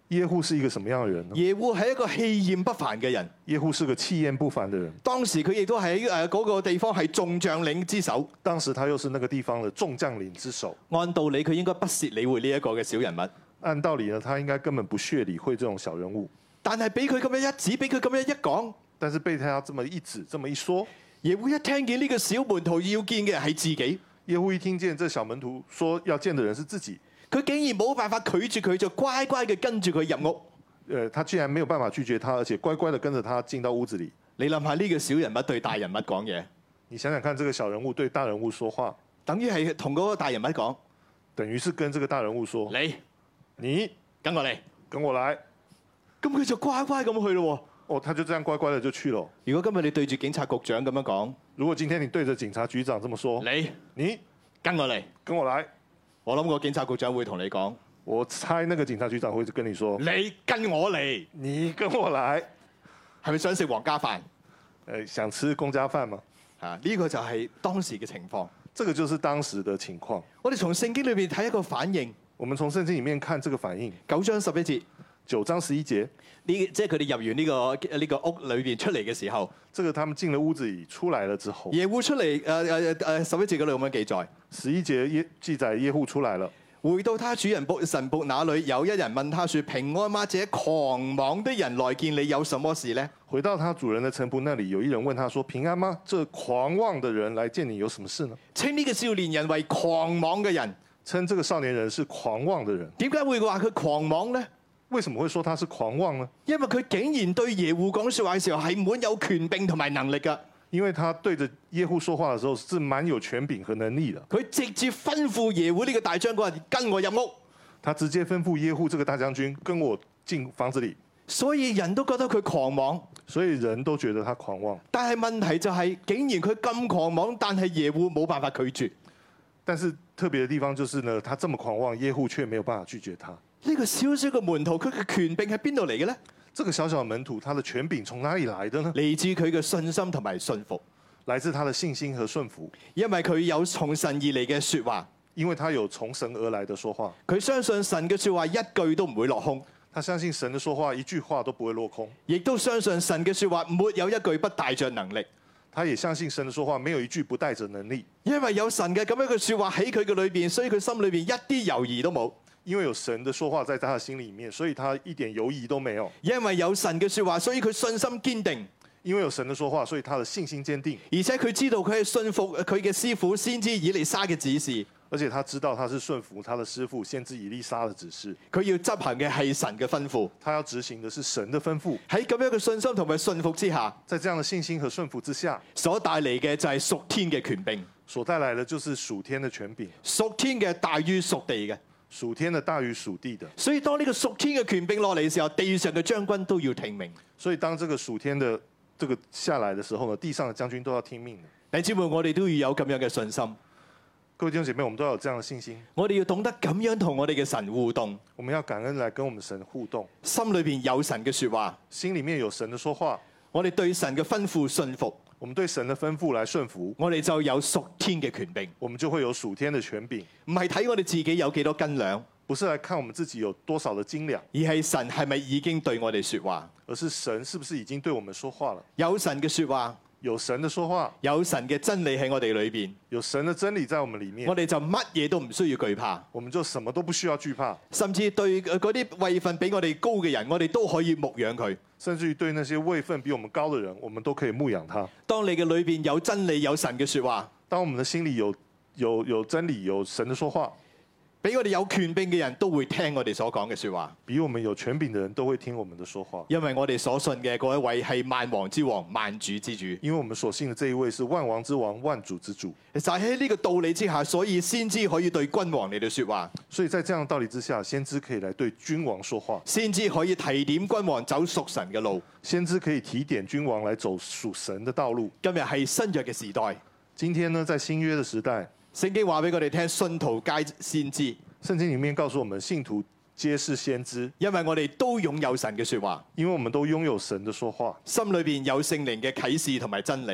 耶户是一個什麼樣嘅人呢？ 耶戶係一個氣焰不凡嘅人。 耶户是個氣焰不凡的人。 當時佢亦都喺誒嗰個地方係眾將領之首。 當時他又是那個地方的眾將領之首。 按道理佢應該不屑理會呢一個嘅小人物。 按道理呢，他應該根本不屑理會這種小人物。 但係俾佢咁樣一指，俾佢咁樣一講， 但是被他這麼一指，這麼一說， 耶戶一聽見呢個小門徒要見嘅人係自己， 耶户一聽見這小門徒說要見的人是自己， 佢竟然冇辦法拒絕佢，就乖乖嘅跟住佢入屋。 呃，他竟然沒有辦法拒絕他，而且乖乖的跟着他進到屋子裡。 你諗下呢個小人物對大人物講嘢， 你想想看，這個小人物對大人物說話， 等於係同嗰個大人物講， 等於是跟這個大人物說： 你你跟我嚟， 跟我來。 咁佢就乖乖咁去咯。 哦，他就這樣乖乖的就去了。 如果今日你對住警察局長咁樣講， 如果今天你對着警察局長這麼說， 你你跟我嚟， 跟我來， 我諗個警察局長會同你講， 我猜那個警察局長會跟你說： 你跟我嚟， 你跟我來， 係咪想食皇家飯？ 誒，想吃公家飯嗎？ 啊，呢個就係當時嘅情況。 這個就是當時的情況。 我哋從聖經裏邊睇一個反應。 我們從聖經裡面看這個反應。 九章十一節， 九章十一節， 呢即係佢哋入完呢、這個呢、這個屋裏邊出嚟嘅時候， 這個他們進了屋子裡出來了之後， 耶戶出嚟誒誒誒十一節嗰度咁樣記載。 十一節耶記載耶戶出來了。 回到他主人僕神僕那裡，有一人問他說：平安嗎？這狂妄的人來見你有什麼事呢？ 回到他主人的臣僕那裡，有一人問他說：平安嗎？這狂妄的人來見你有什麼事呢？ 稱呢個少年人為狂妄嘅人， 稱這個少年人是狂妄的人。 點解會話佢狂妄呢？ 為什麼會說他是狂妄呢？ 因為佢竟然對耶戶講説話嘅時候係滿有權柄同埋能力㗎。 因為他對着耶戶說話的時候是滿有權柄和能力的。 佢直接吩咐耶戶呢個大將軍話：跟我入屋。 他直接吩咐耶戶這個大將軍跟我進房子裡。 所以人都覺得佢狂妄， 所以人都覺得他狂妄。 但係問題就係、是，竟然佢咁狂妄，但係耶戶冇辦法拒絕。 但是特別的地方就是呢，他這麼狂妄，耶戶卻沒有辦法拒絕他。 呢個小小嘅門徒，佢嘅權柄喺邊度嚟嘅呢？ 這個小小的門徒，他的權柄從哪裡來的呢？ 嚟自佢嘅信心同埋信服， 來自他的信心和順服。 因為佢有從神而嚟嘅説話， 因為他有從神而來的說話。 佢相信神嘅説話一句都唔會落空。 他相信神的說話一句話都不會落空， 亦都相信神嘅説話沒有一句不帶着能力。 他也相信神的說話沒有一句不帶着能力， 因為有神嘅咁樣嘅説話喺佢嘅裏邊，所以佢心裏邊一啲猶豫都冇。 因為有神的說話在他的心裡面，所以他一點猶疑都沒有。 因為有神嘅説話，所以佢信心堅定。 因為有神的說話，所以他的信心堅定。 而且佢知道佢係信服佢嘅師傅先知以利沙嘅指示。 而且他知道他是順服他的師傅先知以利沙的指示。 佢要執行嘅係神嘅吩咐。 他要執行的是神的吩咐。 喺咁樣嘅信心同埋信服之下， 在這樣的信心和順服之下， 所帶嚟嘅就係屬天嘅權柄。 所帶來的就是屬天的權柄。 屬天嘅大於屬地嘅。 屬天的大於屬地的， 所以當呢個屬天嘅權柄落嚟嘅時候，地上嘅將軍都要聽命。 所以當這個屬天的這個下來的時候呢，地上的將軍都要聽命的。 弟兄姊妹，我哋都要有咁樣嘅信心。 各位弟兄姐妹，我們都要有這樣的信心。 我哋要懂得咁樣同我哋嘅神互動。 我們要感恩來跟我們神互動。 心裏邊有神嘅說話， 心裡面有神的說話， 我哋對神嘅吩咐信服。 我們對神的吩咐來順服， 我哋就有屬天嘅權柄。 我們就會有屬天的權柄。 唔係睇我哋自己有幾多斤兩， 不是來看我們自己有多少的斤兩， 而係神係咪已經對我哋說話， 而是神是不是已經對我們說話了。 有神嘅說話， 有神的說話， 有神嘅真理喺我哋裏邊， 有神的真理在我們裡面， 我哋就乜嘢都唔需要懼怕， 我們就什麼都不需要懼怕， 甚至對嗰啲位份比我哋高嘅人，我哋都可以牧養佢。 甚至於對那些位份比我們高的人，我們都可以牧養他。 當你嘅裏邊有真理有神嘅說話， 當我們的心裡有有有真理有神的說話， 比我哋有權柄嘅人都會聽我哋所講嘅說話。 比我們有權柄的人都會聽我們的說話， 因為我哋所信嘅嗰一位係萬王之王、萬主之主。 因為我們所信的這一位是萬王之王、萬主之主。 就喺呢個道理之下，所以先知可以對君王嚟到說話。 所以在這樣的道理之下，先知可以來對君王說話。 先知可以提點君王走屬神嘅路。 先知可以提點君王來走屬神的道路。 今日係新約嘅時代。 今天呢，在新約的時代， 聖經話俾我哋聽，信徒皆先知。 聖經裡面告訴我們，信徒皆是先知， 因為我哋都擁有神嘅說話， 因為我們都擁有神的說話， 心裏邊有聖靈嘅啟示同埋真理，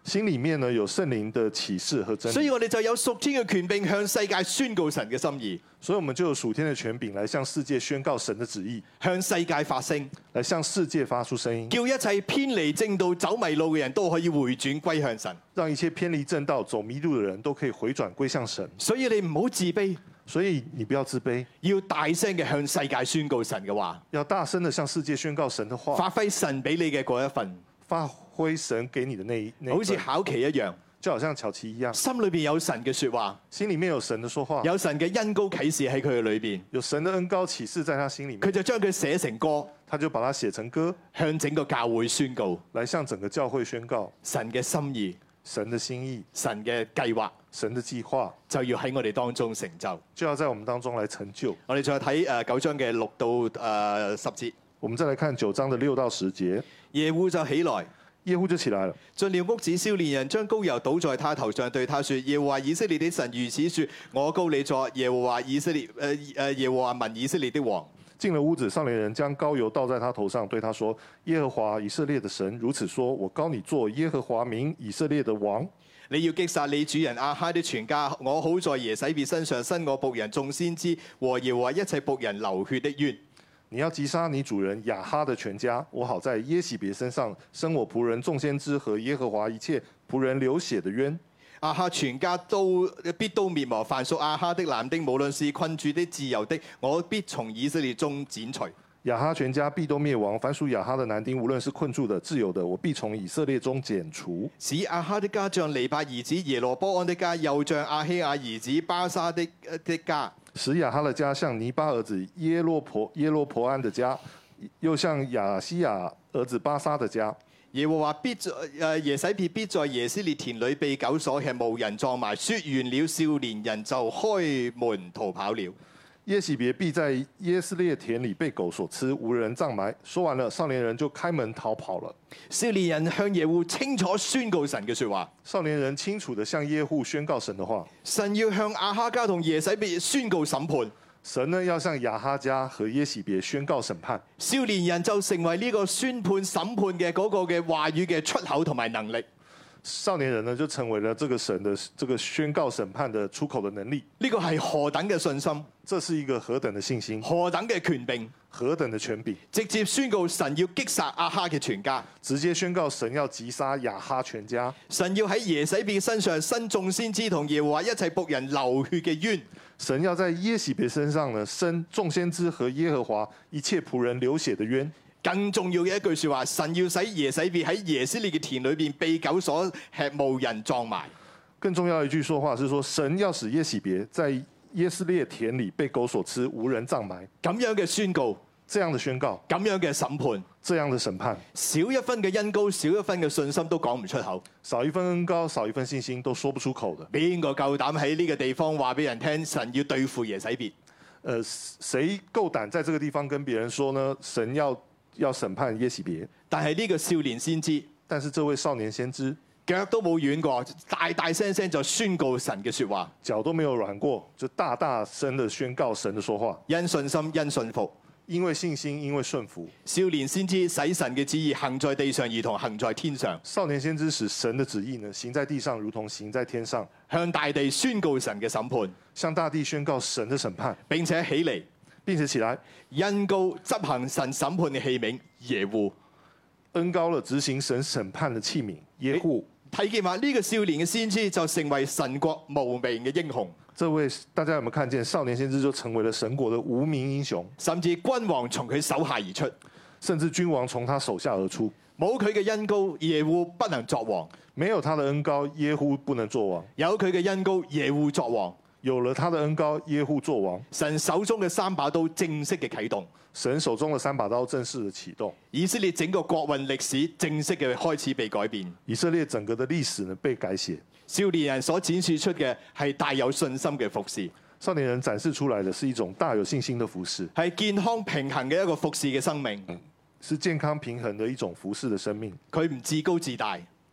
心裡面呢有聖靈的啟示和真理， 所以我哋就有屬天嘅權柄向世界宣告神嘅心意， 所以我們就有屬天的權柄來向世界宣告神的旨意， 向世界發聲， 來向世界發出聲音， 叫一切偏離正道、走迷路嘅人都可以回轉歸向神。 讓一切偏離正道、走迷路的人都可以回轉歸向神。 所以你唔好自卑， 所以你不要自卑， 要大聲嘅向世界宣告神嘅話， 要大聲的向世界宣告神的話， 發揮神俾你嘅嗰一份， 發揮神給你的那一那一好似份， 考期一樣， 就好像巧琪一樣， 心裏邊有神嘅説話， 心裡面有神的說話， 有神嘅恩膏啟示喺佢嘅裏邊， 有神的恩膏啟示在他心裡面， 佢就將佢寫成歌， 他就把它寫成歌， 向整個教會宣告來向整個教會宣告神嘅心意、 神的心意、 神嘅計劃， 神的計劃， 就要喺我哋當中成就。 就要在我們當中來成就。 我哋再睇誒九章嘅六到誒十節， 我們再來看九章的六到十節， 耶戶就起來， 耶戶就起來了， 進了屋子，少年人將膏油倒在他頭上，對他說：耶和華以色列的神如此說：我膏你作耶和華以色列誒誒耶和華民以色列的王。 進了屋子，少年人將膏油倒在他頭上，對他說：耶和華以色列的神如此說：我膏你做耶和華民以色列的王。 你要擊殺你主人亞哈的全家，我好在耶洗別身上伸我僕人眾先知和耶和華一切僕人流血的冤。 你要擊殺你主人亞哈的全家，我好在耶洗別身上生我僕人眾先知和耶和華一切僕人流血的冤。 亞哈全家都必都滅亡，凡屬亞哈的男的，無論是困住的、自由的，我必從以色列中剪除。 亞哈全家必都滅亡，凡屬亞哈的男丁，無論是困住的、自由的，我必從以色列中剪除。 使亞哈的家像尼伯兒子耶羅波安的家，又像亞希亞兒子巴沙的的家。 使亞哈的家像尼巴兒子耶羅婆耶羅婆安的家，又像亞西亞兒子巴沙的家。 耶和華必在誒耶洗別必在耶斯列田裏被狗所吃，無人葬埋。說完了，少年人就開門逃跑了。 耶洗別必在耶斯列田裡被狗所吃，無人葬埋。說完了，少年人就開門逃跑了。 少年人向耶戶清楚宣告神嘅説話。 少年人清楚地向耶戶宣告神的話。 神要向亞哈家同耶洗別宣告審判。 神呢要向亞哈家和耶洗別宣告審判。 少年人就成為呢個宣判審判嘅嗰個嘅話語嘅出口同埋能力。 少年人呢就成為了這個神的這個宣告審判的出口的能力。 呢個係何等嘅信心？ 這是一個何等的信心？ 何等嘅權柄？ 何等的權柄？ 直接宣告神要擊殺亞哈嘅全家。 直接宣告神要擊殺亞哈全家。 神要喺耶洗別身上伸眾先知同耶和華一切僕人流血嘅冤。 神要在耶洗別身上呢伸眾先知和耶和華一切僕人流血的冤。 更重要嘅一句説話，神要使耶洗別喺耶斯列嘅田裏邊被狗所吃，無人葬埋。 更重要的一句說話是說，神要使耶洗別在耶斯列田裡被狗所吃，無人葬埋。 咁樣嘅宣告， 這樣的宣告， 咁樣嘅審判， 這樣的審判， 少一分嘅恩膏，少一分嘅信心都講唔出口。 少一分恩膏，少一分信心都說不出口的。 邊個夠膽喺呢個地方話俾人聽，神要對付耶洗別？ 呃，誰夠膽在這個地方跟別人說呢？神要要審判耶洗別？ 但係呢個少年先知， 但是這位少年先知腳都冇軟過，大大聲聲就宣告神嘅説話， 腳都沒有軟過，就大大聲的宣告神的說話。 因信心，因信服。 因為信心，因為順服。 少年先知使神嘅旨意行在地上，如同行在天上。 少年先知使神的旨意呢行在地上，如同行在天上。 向大地宣告神嘅審判， 向大地宣告神的審判， 並且起嚟， 並且起來， 恩膏執行神審判嘅器皿耶戶， 恩膏了執行神審判的器皿耶戶。 睇見話呢個少年嘅先知就成為神國無名嘅英雄。 這位大家有沒有看見？少年先知就成為了神國的無名英雄， 甚至君王從佢手下而出， 甚至君王從他手下而出。 冇佢嘅恩膏，耶戶不能作王； 沒有他的恩膏，耶戶不能作王； 有佢嘅恩膏，耶戶作王。 有了他的恩膏，耶戶作王。 神手中嘅三把刀正式嘅啟動， 神手中的三把刀正式的啟動， 以色列整個國運歷史正式嘅開始被改變。 以色列整個的歷史呢被改寫。 少年人所展示出嘅係大有信心嘅服侍， 少年人展示出來的是一種大有信心的服侍， 係健康平衡嘅一個服侍嘅生命。 是健康平衡的一種服侍的生命。 佢唔自高自大，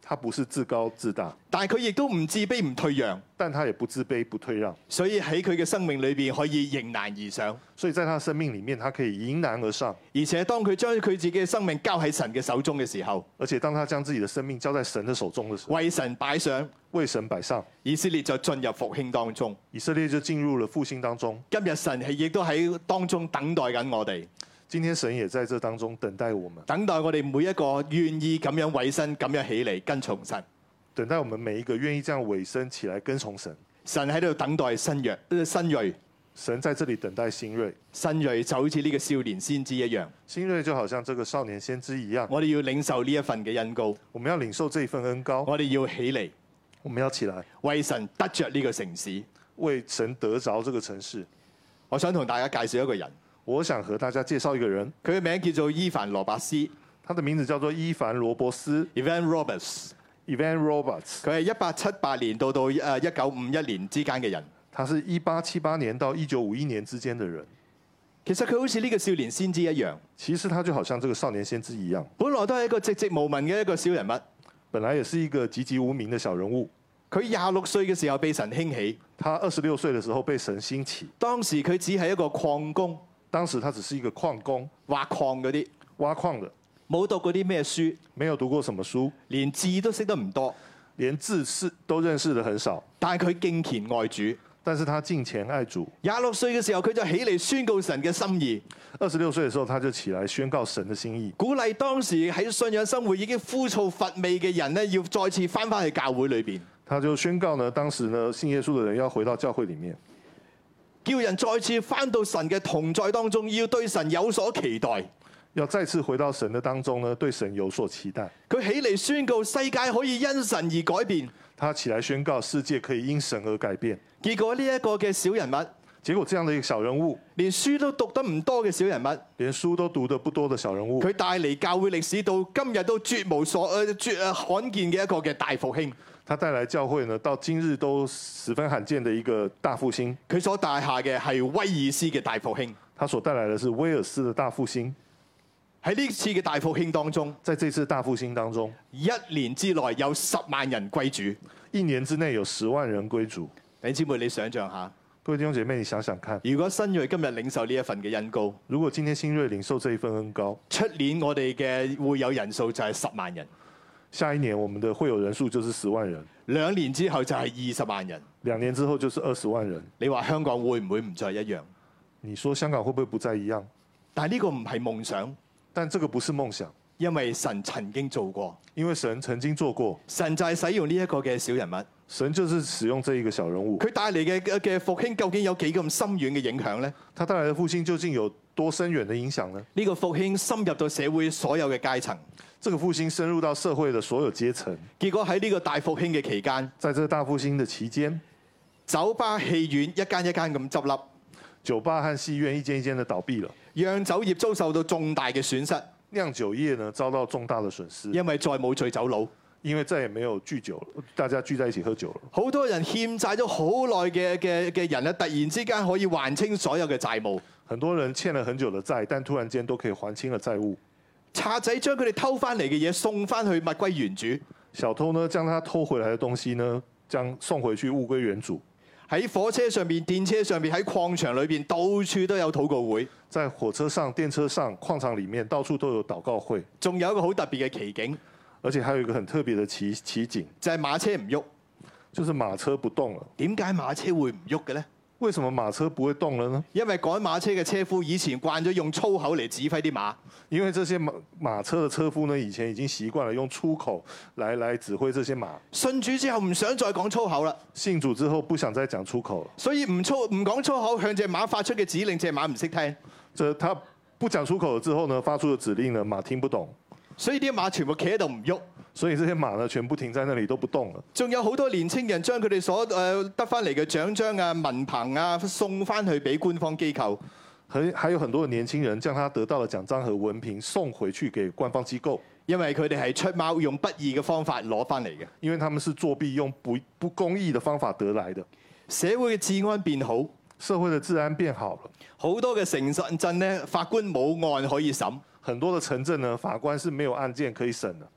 他不是自高自大， 但係佢亦都唔自卑唔退讓， 但他也不自卑不退讓， 所以喺佢嘅生命裏邊可以迎難而上。 所以在他生命裡面，他可以迎難而上。 而且當佢將佢自己嘅生命交喺神嘅手中嘅時候， 而且當他將自己的生命交在神的手中的時候， 為神擺上， 為神擺上， 以色列就進入復興當中。 以色列就進入了復興當中。 今日神係亦都喺當中等待緊我哋。 今天神也在這當中等待我們， 等待我哋每一個願意咁樣委身、咁樣起嚟跟從神。 等待我們每一個願意這樣委身起來跟從神。 神喺度等待新約、新銳。 神在這裡等待新銳。 新銳就好似呢個少年先知一樣。 新銳就好像這個少年先知一樣。 我哋要領受呢一份嘅恩膏。 我們要領受這一份恩膏。 我哋要起嚟。 我們要起來， 為神得着呢個城市。 為神得着這個城市。 我想同大家介紹一個人。 我想和大家介紹一個人。 佢嘅名叫做伊凡羅伯斯。 他的名字叫做伊凡羅伯斯。 Evan Roberts。 Evan Roberts， 佢係一八七八年到到誒一九五一年之間嘅人。 他是一八七八年到一九五一年之間的人。 其實佢好似呢個少年先知一樣。 其實他就好像這個少年先知一樣。 本來都係一個籍籍無名嘅一個小人物。 本來也是一個籍籍無名的小人物。 佢廿六歲嘅時候被神興起。 他二十六歲嘅時候被神興起。 當時佢只係一個礦工。 當時他只是一個礦工， 挖礦嗰啲。 挖礦的。 冇讀過啲咩書， 沒有讀過什麼書， 連字都識得唔多， 連字是都認識得很少。 但係佢敬虔愛主， 但是他敬虔愛主。 廿六歲嘅時候，佢就起嚟宣告神嘅心意。 二十六歲嘅時候，他就起來宣告神嘅心意， 鼓勵當時喺信仰生活已經枯燥乏味嘅人呢，要再次翻返去教會裏邊。 他就宣告呢，當時呢信耶穌嘅人要回到教會裡面， 叫人再次翻到神嘅同在當中，要對神有所期待。 要再次回到神的當中呢，對神有所期待。 佢起嚟宣告世界可以因神而改變。 他起來宣告世界可以因神而改變。 結果呢一個嘅小人物， 結果這樣的一個小人物， 連書都讀得唔多嘅小人物， 連書都讀得不多的小人物， 佢帶嚟教會歷史到今日都絕無所誒絕誒罕見嘅一個嘅大復興。 他帶來教會呢，到今日都十分罕見的一個大復興。 佢所帶下嘅係威爾斯嘅大復興。 他所帶來的是威爾斯的大復興。 喺呢次嘅大復興當中， 在這次大復興當中， 一年之內有十萬人歸主。 一年之內有十萬人歸主。 弟兄姊妹，你想象下， 各位弟兄姐妹，你想想看， 如果新銳今日領受呢一份嘅恩膏， 如果今天新銳領受這一份恩膏， 出年我哋嘅會有人數就係十萬人， 下一年我們的會有人數就是十萬人， 兩年之後就係二十萬人， 兩年之後就是二十萬人。 你話香港會唔會唔再一樣？ 你說香港會不會不再一樣？ 但係呢個唔係夢想。 但這個不是夢想， 因為神曾經做過， 因為神曾經做過， 神就係使用呢一個嘅小人物， 神就是使用這一個小人物， 佢帶嚟嘅嘅復興究竟有幾咁深遠嘅影響呢？ 他帶來的復興究竟有多深遠的影響呢？ 呢個復興深入到社會所有嘅階層， 這個復興深入到社會的所有階層。 結果喺呢個大復興嘅期間， 在這個大復興的期間， 酒吧戲院一間一間咁執笠， 酒吧和戲院一間一間的倒閉了， 釀酒業遭受到重大嘅損失。 釀酒業呢遭到重大的損失， 因為再冇醉酒佬， 因為再也沒有聚酒，大家聚在一起喝酒了。 好多人欠債咗好耐嘅嘅嘅人咧，突然之間可以還清所有嘅債務。 很多人欠了很久的債，但突然間都可以還清了債務。 賊仔將佢哋偷翻嚟嘅嘢送翻去物歸原主。 小偷呢將他偷回來的東西呢，將送回去物歸原主。 喺火車上邊、電車上邊、喺礦場裏邊，到處都有禱告會。 在火車上、電車上、礦場裡面，到處都有禱告會。 仲有一個好特別嘅奇景， 而且還有一個很特別的奇奇景， 就係馬車唔喐。 就是馬車不動了。 點解馬車會唔喐嘅呢？ 為什麼馬車不會動了呢？ 因為趕馬車嘅車夫以前慣咗用粗口嚟指揮啲馬。 因為這些馬馬車的車夫呢，以前已經習慣了用粗口來來指揮這些馬。 信主之後唔想再講粗口啦。 信主之後不想再講粗口了。 所以唔粗唔講粗口，向隻馬發出嘅指令，隻馬唔識聽。 這他不講出口之後呢，發出的指令呢，馬聽不懂， 所以啲馬全部企喺度唔喐。 所以這些馬呢，全部停在那裡都不動了。 仲有好多年青人將佢哋所誒得翻嚟嘅獎章啊、文憑啊送翻去俾官方機構。 還還有很多的年輕人將他得到的獎章和文憑送回去給官方機構， 因為佢哋係出貓用不義嘅方法攞翻嚟嘅。 因為他們是作弊用不不公義的方法得來的。 社會嘅治安變好， 社會的治安變好了， 好多嘅城鎮呢，法官冇案可以審。 很多的城鎮呢，法官是沒有案件可以審的。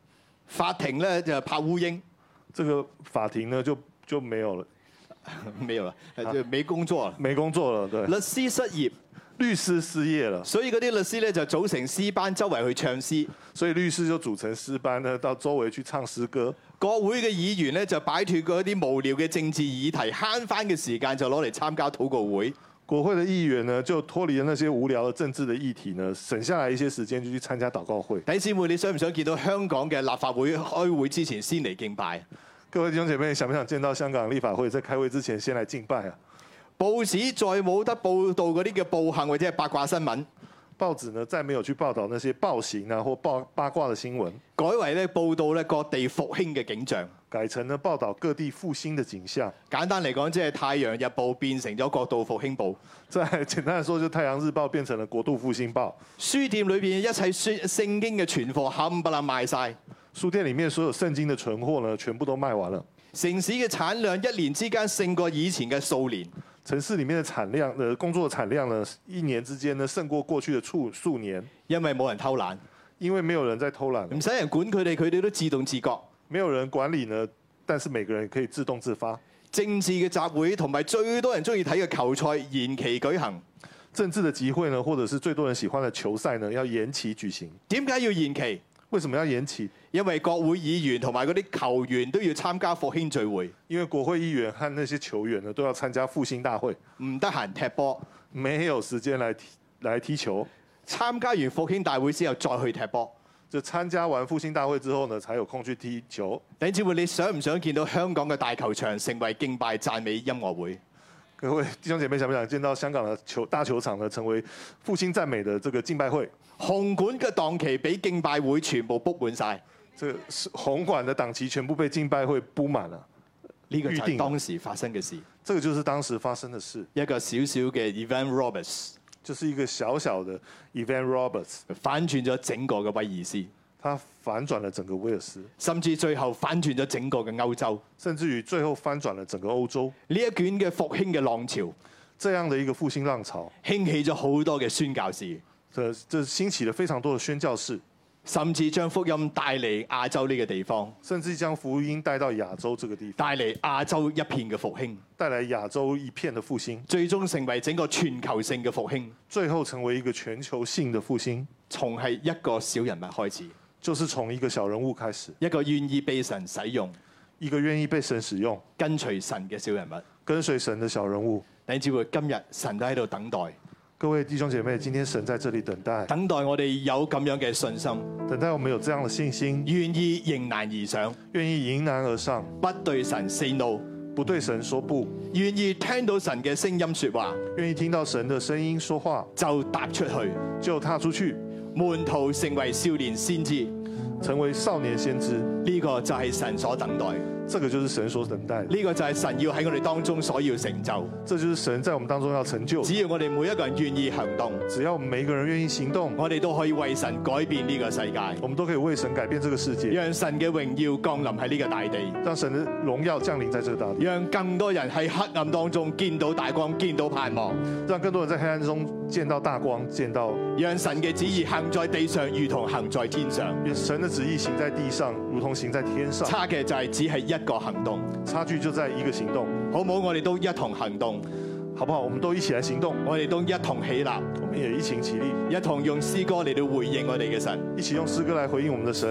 法庭咧就拍烏蠅， 这个法庭呢就就没有了， 沒有啦，就沒工作啦。 没工作了，对， 律師失業， 律師失業了， 所以嗰啲律師咧就組成詩班，周圍去唱詩。 所以律師就組成詩班呢，到周圍去唱詩歌。 國會嘅議員咧就擺脱嗰啲無聊嘅政治議題，慳翻嘅時間就攞嚟參加禱告會。 國會的議員呢，就脫離了那些無聊的政治的議題呢，省下來一些時間就去參加禱告會。 弟兄姊妹，你想唔想見到香港嘅立法會開會之前先嚟敬拜？ 各位弟兄姐妹，想不想見到香港立法會在開會之前先來敬拜啊？ 報紙再冇得報導嗰啲嘅暴行或者係八卦新聞， 報紙呢再沒有去報導那些暴行啊或八八卦的新聞， 改為咧報導咧各地復興嘅景象。 改成呢報導各地復興的景象。 簡單嚟講，即係《太陽日報》變成咗國度復興報。 再簡單嚟說，就《太陽日報》變成了國度復興報。 書店裏邊一切書聖經嘅存貨冚唪唥賣晒。 書店裡面所有聖經的存貨呢，全部都賣完了。 城市嘅產量一年之間勝過以前嘅數年。 城市裡面的產量，呃，工作的產量呢，一年之間呢，勝過過去的數數年。 因為冇人偷懶， 因為沒有人在偷懶， 唔使人管佢哋，佢哋都自動自覺。 沒有人管理呢，但是每個人可以自動自發。 政治嘅集會同埋最多人中意睇嘅球賽延期舉行。 政治的集會呢，或者是最多人喜歡的球賽呢，要延期舉行。 點解要延期？ 為什麼要延期？ 因為國會議員同埋嗰啲球員都要參加復興聚會。 因為國會議員和那些球員呢，都要參加復興大會， 唔得閒踢波， 沒有時間來踢來踢球。 參加完復興大會之後再去踢波。 就參加完復興大會之後呢，才有空去踢球。 弟兄姊妹，你想唔想見到香港嘅大球場成為敬拜讚美音樂會？ 各位弟兄姐妹，想不想見到香港的球大球場呢，成為復興讚美的這個敬拜會？ 紅館嘅檔期俾敬拜會全部 book 滿晒。 這個紅館的檔期全部被敬拜會補滿了。 呢個就係當時發生嘅事。 這個就是當時發生的事。 一個小小嘅 Evan Roberts。 就是一個小小的 Evan Roberts 反轉咗整個嘅威爾斯， 他反轉了整個威爾斯， 甚至最後反轉咗整個嘅歐洲， 甚至於最後翻轉了整個歐洲。 呢一卷嘅復興嘅浪潮， 這樣的一個復興浪潮， 興起咗好多嘅宣教士， 這這興起了非常多的宣教士， 甚至將福音帶嚟亞洲呢個地方， 甚至將福音帶到亞洲這個地方， 帶嚟亞洲一片嘅復興， 帶來亞洲一片的復興， 最終成為整個全球性嘅復興， 最後成為一個全球性的復興。 從係一個小人物開始， 就是從一個小人物開始， 一個願意被神使用， 一個願意被神使用， 跟隨神嘅小人物， 跟隨神的小人物。 弟兄姊妹，今日神都喺度等待。 各位弟兄姐妹，今天神在這裡等待， 等待我哋有咁樣嘅信心， 等待我們有這樣的信心， 願意迎難而上， 願意迎難而上， 不對神 say no， 不對神說不， 願意聽到神嘅聲音說話， 願意聽到神的聲音說話， 就踏出去， 就踏出去， 門徒成為少年先知， 成為少年先知， 呢個就係神所等待。 這個就是神所等待， 呢個就係神要喺我哋當中所要成就。 這就是神在我們當中要成就。 只要我哋每一個人願意行動， 只要我們每一個人願意行動， 我哋都可以為神改變呢個世界。 我們都可以為神改變這個世界， 讓神嘅榮耀降臨喺呢個大地， 讓神的榮耀降臨在這個大地， 讓更多人喺黑暗當中見到大光，見到盼望， 讓更多人在黑暗中見到大光，見到讓神嘅旨意行在地上，如同行在天上。 願神的旨意行在地上，如同行在天上。 差嘅就係只係一個行動。 差距就在一個行動， 好唔好？我哋都一同行動， 好不好？我們都一起來行動， 我哋都一同起立， 我們也一起起立， 一同用詩歌嚟到回應我哋嘅神， 一起用詩歌來回應我們的神。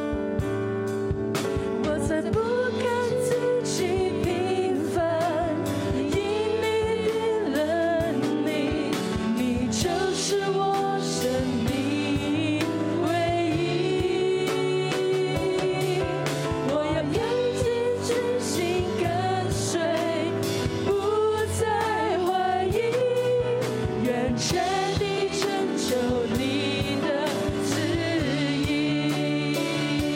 我才不看自己平凡，因你定了你，你就是我生命唯一。我要用盡真心跟隨，不再懷疑，願全地成就你的旨意。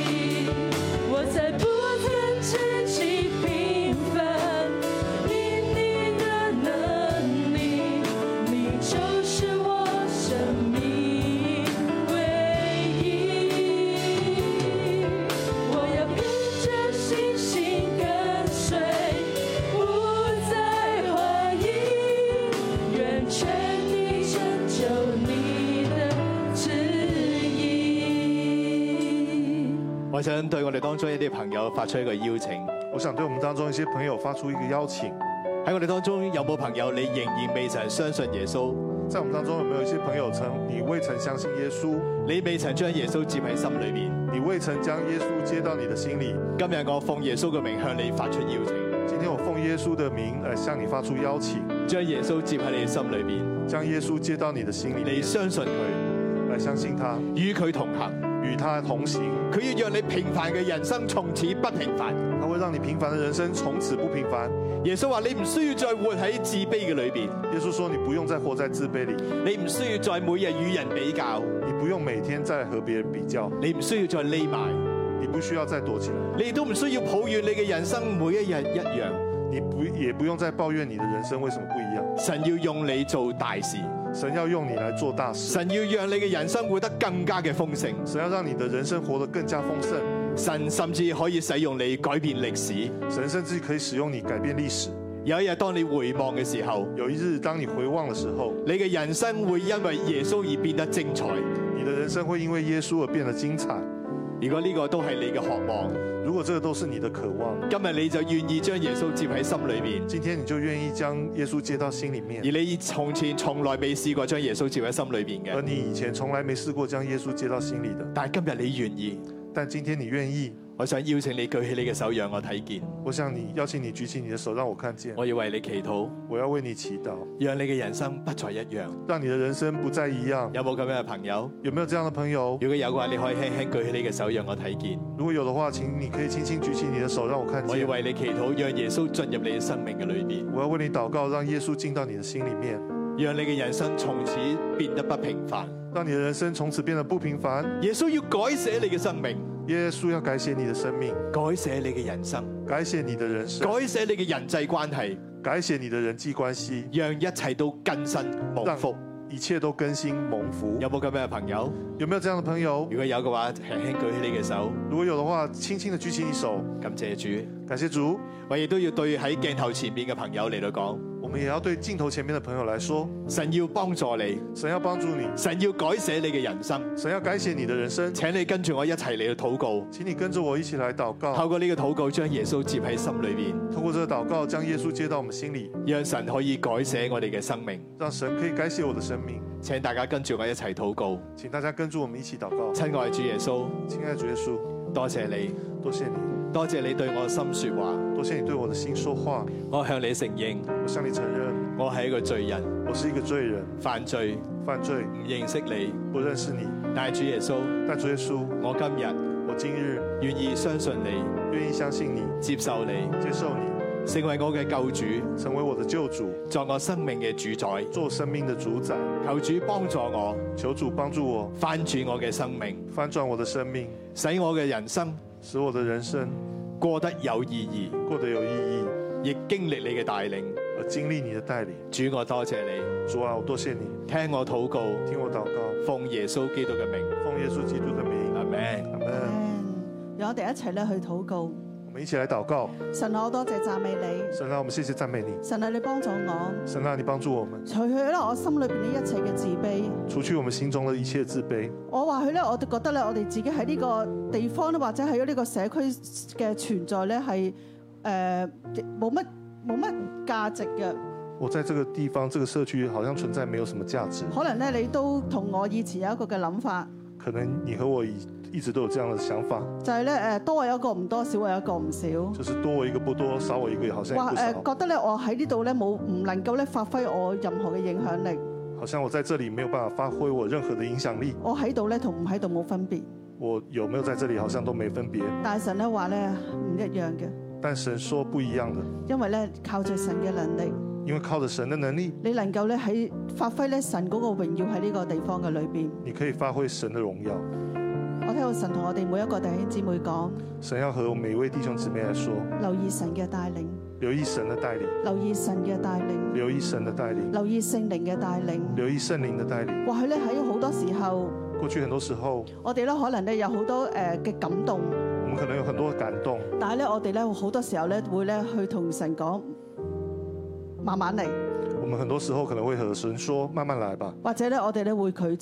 我想對我哋當中一啲朋友發出一個邀請。 我想對我們當中一些朋友發出一個邀請。 喺我哋當中有冇朋友你仍然未曾相信耶穌？ 在我們當中有沒有一些朋友曾你未曾相信耶穌？ 你未曾將耶穌接喺心裏面， 你未曾將耶穌接到你的心裡。 今日我奉耶穌嘅名向你發出邀請。 今天我奉耶穌的名來向你發出邀請， 將耶穌接喺你嘅心裏面， 將耶穌接到你的心裡面， 你相信佢， 來相信他， 與佢同行， 與他同行。 佢要讓你平凡嘅人生從此不平凡。 他會讓你平凡的人生從此不平凡。 耶穌話：你唔需要再活喺自卑嘅裏邊。 耶穌說：你不用再活在自卑裡， 你唔需要再每日與人比較， 你不用每天再和別人比較， 你唔需要再匿埋， 你不需要再躲起來， 你亦都唔需要抱怨你嘅人生每一日一樣。 你不也不用再抱怨你的人生為什麼不一樣。 神要用你做大事， 神要用你來做大事， 神要讓你嘅人生活得更加嘅豐盛， 神要讓你的人生活得更加豐盛， 神甚至可以使用你改變歷史， 神甚至可以使用你改變歷史。 有一日當你回望嘅時候， 有一日當你回望的時候， 你嘅人生會因為耶穌而變得精彩。 你的人生會因為耶穌而變得精彩。 如果呢個都係你嘅渴望， 如果這個都是你的渴望， 今日你就願意將耶穌接喺心裏面， 今天你就願意將耶穌接到心裡面， 而你從前從來未試過將耶穌接喺心裏面嘅， 而你以前從來沒試過將耶穌接到心裡的， 但係今日你願意， 但今天你願意， 我想邀請你舉起你嘅手讓我睇見， 我想你邀請你舉起你的手讓我看見， 我要為你祈禱， 我要為你祈禱， 讓你嘅人生不再一樣。 讓你的人生不再一樣。 有冇咁樣嘅朋友？ 有沒有這樣的朋友？ 如果有嘅話，你可以輕輕舉起你嘅手讓我睇見。 如果有的話，請你可以輕輕舉起你的手讓我看見。 我要為你祈禱，讓耶穌進入你嘅生命嘅裏邊。 我要為你禱告，讓耶穌進到你的心裡面， 讓你嘅人生從此變得不平凡。 讓你的人生從此變得不平凡。 耶穌要改寫你嘅生命， 耶穌要改寫你的生命， 改寫你嘅人生， 改寫你的人生， 改寫你嘅人際關係， 改寫你的人際關係， 讓一切都更新蒙福。 一切都更新蒙福。 有冇咁樣嘅朋友？ 有沒有這樣的朋友？ 如果有嘅話，輕輕舉起你嘅手。 如果有的話，輕輕的舉起你手。 感謝主， 感謝主。 我亦都要對喺鏡頭前面嘅朋友嚟到講， 我們也要對鏡頭前面的朋友來說， 神要幫助你， 神要幫助你， 神要改寫你嘅人生， 神要改寫你的人生。 請你跟住我一齊嚟到禱告， 請你跟着我一起來禱告。 透過呢個禱告，將耶穌接喺心裏邊。 透過這個禱告，將耶穌接到我們心裡， 讓神可以改寫我哋嘅生命。 讓神可以改寫我的生命。 請大家跟住我一齊禱告。 請大家跟住我們一起禱告。 親愛主耶穌， 親愛主耶穌， 多謝你， 多謝你， 多謝你對我心說話， 多謝你對我的心說話。 我向你承認， 我向你承認， 我係一個罪人， 我是一個罪人， 犯罪， 犯罪， 唔認識你， 不認識你。 但係主耶穌， 但主耶穌， 我今日我今日願意相信你， 願意相信你， 接受你， 接受你， 成為我嘅救主， 成為我的救主， 作我生命嘅主宰， 做生命的主宰。 求主幫助我， 求主幫助我， 翻轉我嘅生命， 翻轉我的生命， 使我嘅人生使我的人生過得有意義， 過得有意義， 亦經歷你嘅帶領， 而經歷你的帶領。 主，我多謝你， 主啊，我多謝你， 聽我禱告， 聽我禱告， 奉耶穌基督嘅名， 奉耶穌基督的名， 阿門。 阿門。 讓我哋一齊咧去禱告。 我們一起來禱告。 神啊，我多謝讚美你。 神啊，我們謝謝讚美你。 神啊，你幫助我。 神啊，你幫助我們， 除去咧我心裏邊呢一切嘅自卑。 除去我們心中的一切自卑。 我話佢咧，我哋覺得咧，我哋自己喺呢個地方咧，或者喺呢個社區嘅存在咧，係誒冇乜冇乜價值嘅。 我在這個地方、這個社區，好像存在沒有什麼價值。 可能咧，你都同我以前有一個嘅諗法。 可能你和我一一直都有這樣的想法， 就係咧誒，多我有一個唔多，少我有一個唔少。 就是多我一個不多，少我一個，好像也話不少。 誒，覺得咧，我喺呢度咧冇唔能夠咧發揮我任何嘅影響力。 好像我在這裡沒有辦法發揮我任何的影響力。 我喺度咧同唔喺度冇分別。 我有沒有在這裡好像都沒分別。 但係神咧話咧唔一樣嘅。 但神說不一樣的。 因為咧靠着神嘅能力。 因為靠着神的能力， 你能夠咧喺發揮咧神嗰個榮耀喺呢個地方嘅裏邊。 你可以發揮神的榮耀。 我聽到神同我哋每一個弟兄姊妹講， 神要和每位弟兄姊妹來說， 留意神嘅帶領， 留意神的帶領， 留意神嘅帶領， 留意神的帶領， 留意聖靈嘅帶領， 留意聖靈的帶領。 或許咧喺好多時候， 過去很多時候， 我哋咧可能咧有好多誒嘅感動， 我們可能有很多感動， 但係咧我哋咧好多時候咧會咧去同神講，慢慢嚟。 我們很多時候可能會和神說慢慢來吧， 或者咧我哋咧會拒絕，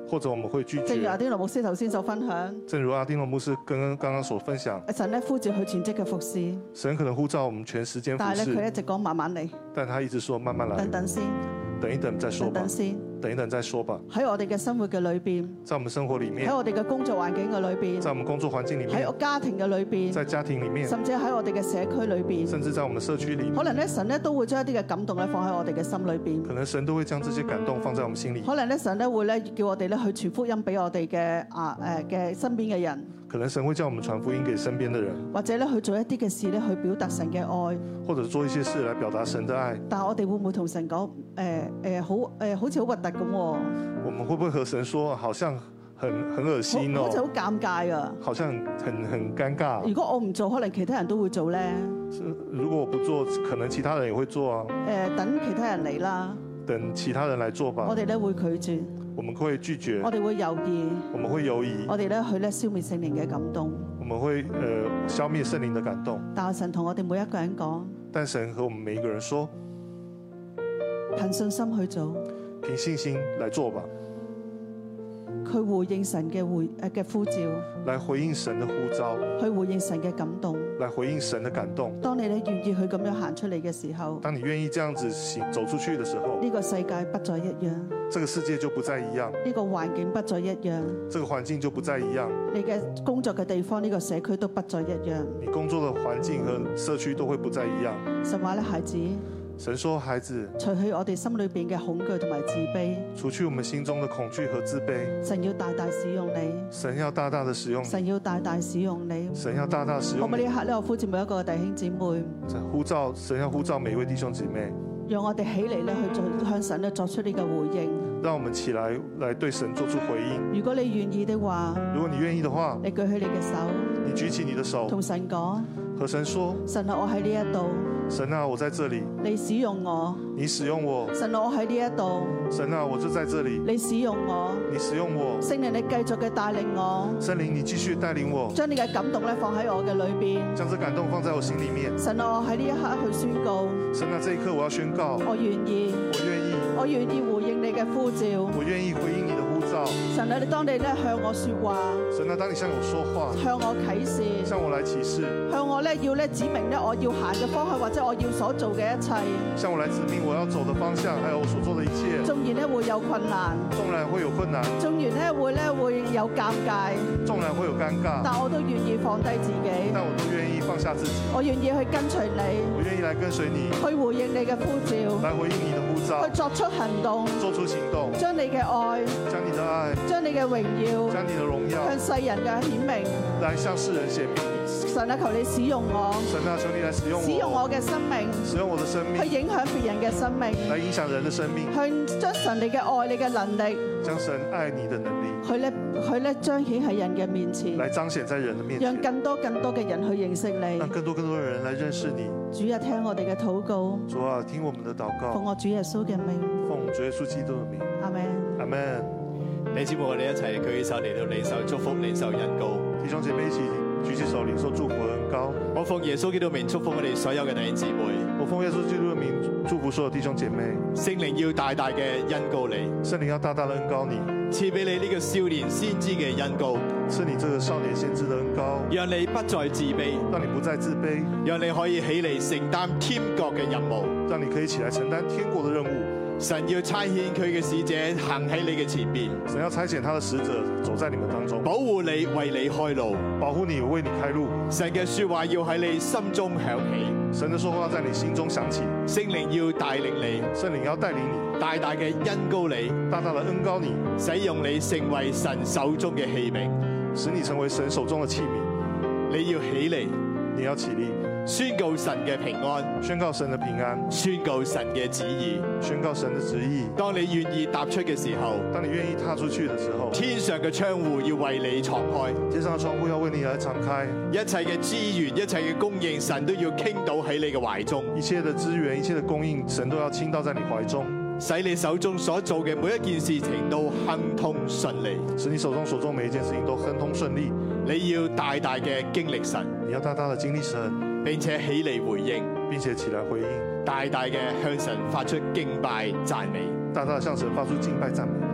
或者我們會拒正如阿絕。 丁羅牧師頭先所分享， 正如阿丁羅牧師剛剛剛剛所分享， 神咧呼召佢全職嘅服侍， 神可能呼召我們全時間服但係咧佢侍， 一直講慢慢嚟， 但他一直說慢慢來等，等先， 等一等再說吧等等，先。 等一等再說吧。 喺我哋嘅生活嘅裏邊， 在我們生活裡面喺，我哋嘅工作環境嘅裏邊， 在我們工作環境裡面喺我，家庭嘅裏邊， 在家庭裡面， 甚至喺我哋嘅社區裏邊， 甚至在我們社區裡面， 可能咧神咧都會將一啲嘅感動咧放喺我哋嘅心裏邊。 可能神都會將這些感動放在我們心裡。 可能咧神咧會咧叫我哋咧去傳福音俾我哋嘅啊誒嘅身邊嘅人， 可能神會叫我們傳福音給身邊的人， 或者咧去做一啲嘅事咧去表達神嘅愛。 或者做一些事來表達神的愛。 但係我哋會唔會同神講誒誒好誒好似好核突咁喎？ 我們會不會和神說，好像很很惡心好好似好哦， 尷尬啊！ 好像很很尷尬。 如果我唔做，可能其他人都會做咧。 是如果我不做，可能其他人也會做啊。 誒、等其他人嚟啦， 等其他人來做吧我。哋咧會拒絕， 我們會拒絕我，哋會猶豫， 我們會猶疑， 我哋咧去咧消滅聖靈嘅感動。 我們會呃消滅聖靈的感動。 但係神同我哋每一個人講， 但神和我們每一個人說， 憑信心去做， 憑信心來做吧， 去回應神嘅回誒嘅呼召， 來回應神的呼召， 去回應神嘅感動。 來回應神的感動。 當你咧願意去咁樣行出嚟嘅時候， 當你願意這樣子行走出去的時候， 呢個世界不再一樣， 這個世界就不再一樣， 呢個環境不再一樣， 這個環境就不再一樣， 你嘅工作嘅地方，呢個社區都不再一樣。 你工作的環境和社區都會不再一樣。 神話咧，孩子， 神說：孩子， 除去我哋心裏邊嘅恐懼同埋自卑， 除去我們心中的恐懼和自卑， 神要大大使用你， 神要大大的使用你， 神要大大使用你。 神要大大使用你。 可唔可以呢一刻咧，我呼召每一個弟兄姊妹， 呼召神要呼召每一位弟兄姊妹， 讓我哋起嚟咧去做向神咧作出呢個回應。 讓我們起來來對神做出回應。 如果你願意的話， 如果你願意的話， 你舉起你嘅手， 你舉起你的手， 同神講： 和神說： 神啊，我喺呢一度， 神啊，我在這裡， 你使用我。 你使用我。 神啊，我喺呢一度， 神啊，我就在這裡， 你使用我。 你使用我。 聖靈，你繼續嘅帶領我， 聖靈，你繼續帶領我， 將你嘅感動咧放喺我嘅裏邊。 將這感動放在我心裡面。 神啊，我喺呢一刻去宣告， 神啊，這一刻我要宣告， 我願意， 我願意， 我願意回應你嘅呼召。 我願意回應你的呼召。 神啊，你當你咧向我說話， 神啊，當你向我說話， 向我啟示， 向我來啟示， 向我咧要咧指明咧我要行嘅方向，或者我要所做嘅一切。 向我來指明我要走的方向，還有我所做的一切。 縱然咧會有困難， 縱然會有困難， 縱然咧會咧會有尷尬， 縱然會有尷尬， 但我都願意放低自己， 但我都願意放下自己。 我願意去跟隨你， 我願意來跟隨你， 去回應你嘅呼召， 來回應你的呼召去，作出行動， 做出行動， 將你嘅愛， 將你的愛， 將你嘅榮耀將你的榮耀向世人嘅顯明。 來向世人顯明。 神啊，求你使用我， 神啊，求你來使用我， 使用我嘅生命， 使用我的生命去影響別人嘅生命， 來影響人的生命， 去將神你嘅愛、你嘅能力， 將神愛你的能力去咧去咧彰顯喺人嘅面前， 來彰顯在人的面前， 讓更多更多嘅人去認識你。 讓更多更多的人來認識你。 主啊，聽我哋嘅禱告， 主啊，聽我們的禱告， 奉我主耶穌嘅名， 奉主耶穌基督的名， 阿門。 阿門。 弟兄姊妹，我哋一齊舉起手嚟到領受祝福、領受恩膏。 弟兄姐妹一起舉起手領受祝福和恩膏。 我奉耶穌基督名祝福我哋所有嘅弟兄姊妹。 我奉耶穌基督的名祝福所有弟兄姐妹。 聖靈要大大嘅恩膏你， 聖靈要大大的恩膏你， 賜俾你呢個少年先知嘅恩膏， 賜你這個少年先知的恩膏， 讓你不再自卑， 讓你不再自卑， 讓你可以起嚟承擔天國嘅任務。 讓你可以起來承擔天國的任務。 神要差遣佢嘅使者行喺你嘅前邊， 神要差遣他的使者走在你們當中， 保護你，為你開路。 保護你，為你開路。 神嘅說話要喺你心中響起， 神的說話在你心中響起。 聖靈要帶領你， 聖靈要帶領你， 大大嘅恩膏你， 大大的恩膏你， 使用你成為神手中嘅器皿。 使你成為神手中的器皿。 你要起嚟， 你要起立， 宣告神嘅平安， 宣告神的平安， 宣告神嘅旨意。 宣告神的旨意。 當你願意踏出嘅時候， 當你願意踏出去的時候， 天上嘅窗戶要為你敞開， 天上的窗戶要為你來敞開， 一切嘅資源、一切嘅供應，神都要傾倒喺你嘅懷中， 一切的資源、一切的供應，神都要傾倒在你懷中， 使你手中所做嘅每一件事情都亨通順利。 使你手中所做每一件事情都亨通順利。 你要大大嘅經歷神， 你要大大的經歷神， 並且起嚟回應， 並且起來回應， 大大嘅向神發出敬拜讚美。 大大的向神發出敬拜讚美。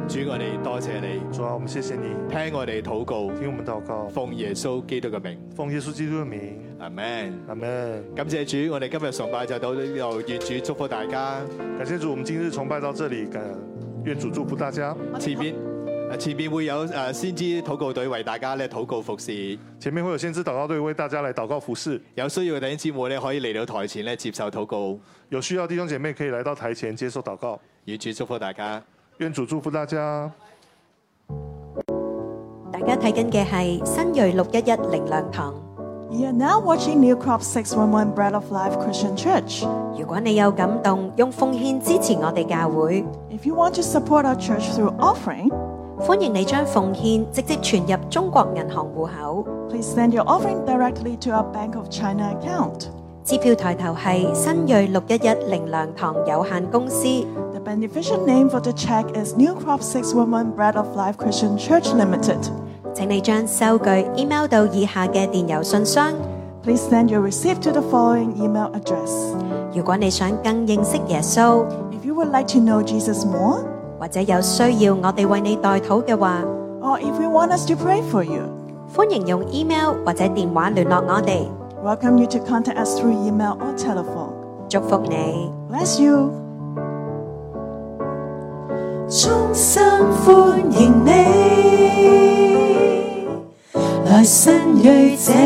主，我哋多謝你， 主啊，我们谢谢你， 聽我哋禱告， 听我们祷告， 奉耶穌基督嘅名， 奉耶稣基督的名， 阿門。 阿门。 感謝主，我哋今日崇拜就到呢度，願主祝福大家。 感谢主，我们今日崇拜到这里，感愿主祝福大家。 前邊誒前邊會有誒先知禱告隊為大家咧禱告服侍， 前面会有先知祷告队为大家来祷告服侍， 有需要嘅弟兄姊妹咧可以嚟到台前咧接受禱告， 有需要弟兄姐妹可以来到台前接受祷告。 願主祝福大家。 愿主祝福大家。 大家睇緊嘅係新锐六一一靈糧堂。 You are now watching New Crop six one one Bread of Life Christian Church. 如果你有感動，用奉獻支持我哋教會， If you want to support our church through offering, 歡迎你將奉獻直接存入中國銀行戶口。 please send your offering directly to our Bank of China account. 支票抬頭係新锐六一一靈糧堂有限公司。 The beneficial name for the check is New Crop six one one Bread of Life Christian Church Limited. 請你將收據 email 到以下嘅電郵信箱。 Please send your receipt to the following email address. 如果你想更認識耶穌， If you would like to know Jesus more, 或者有需要我哋為你代禱嘅話， or if you want us to pray for you, 歡迎用 email 或者電話聯絡我哋。 welcome you to contact us through email or telephone. 祝福你。 Bless you. 衷心歡迎你，來新锐這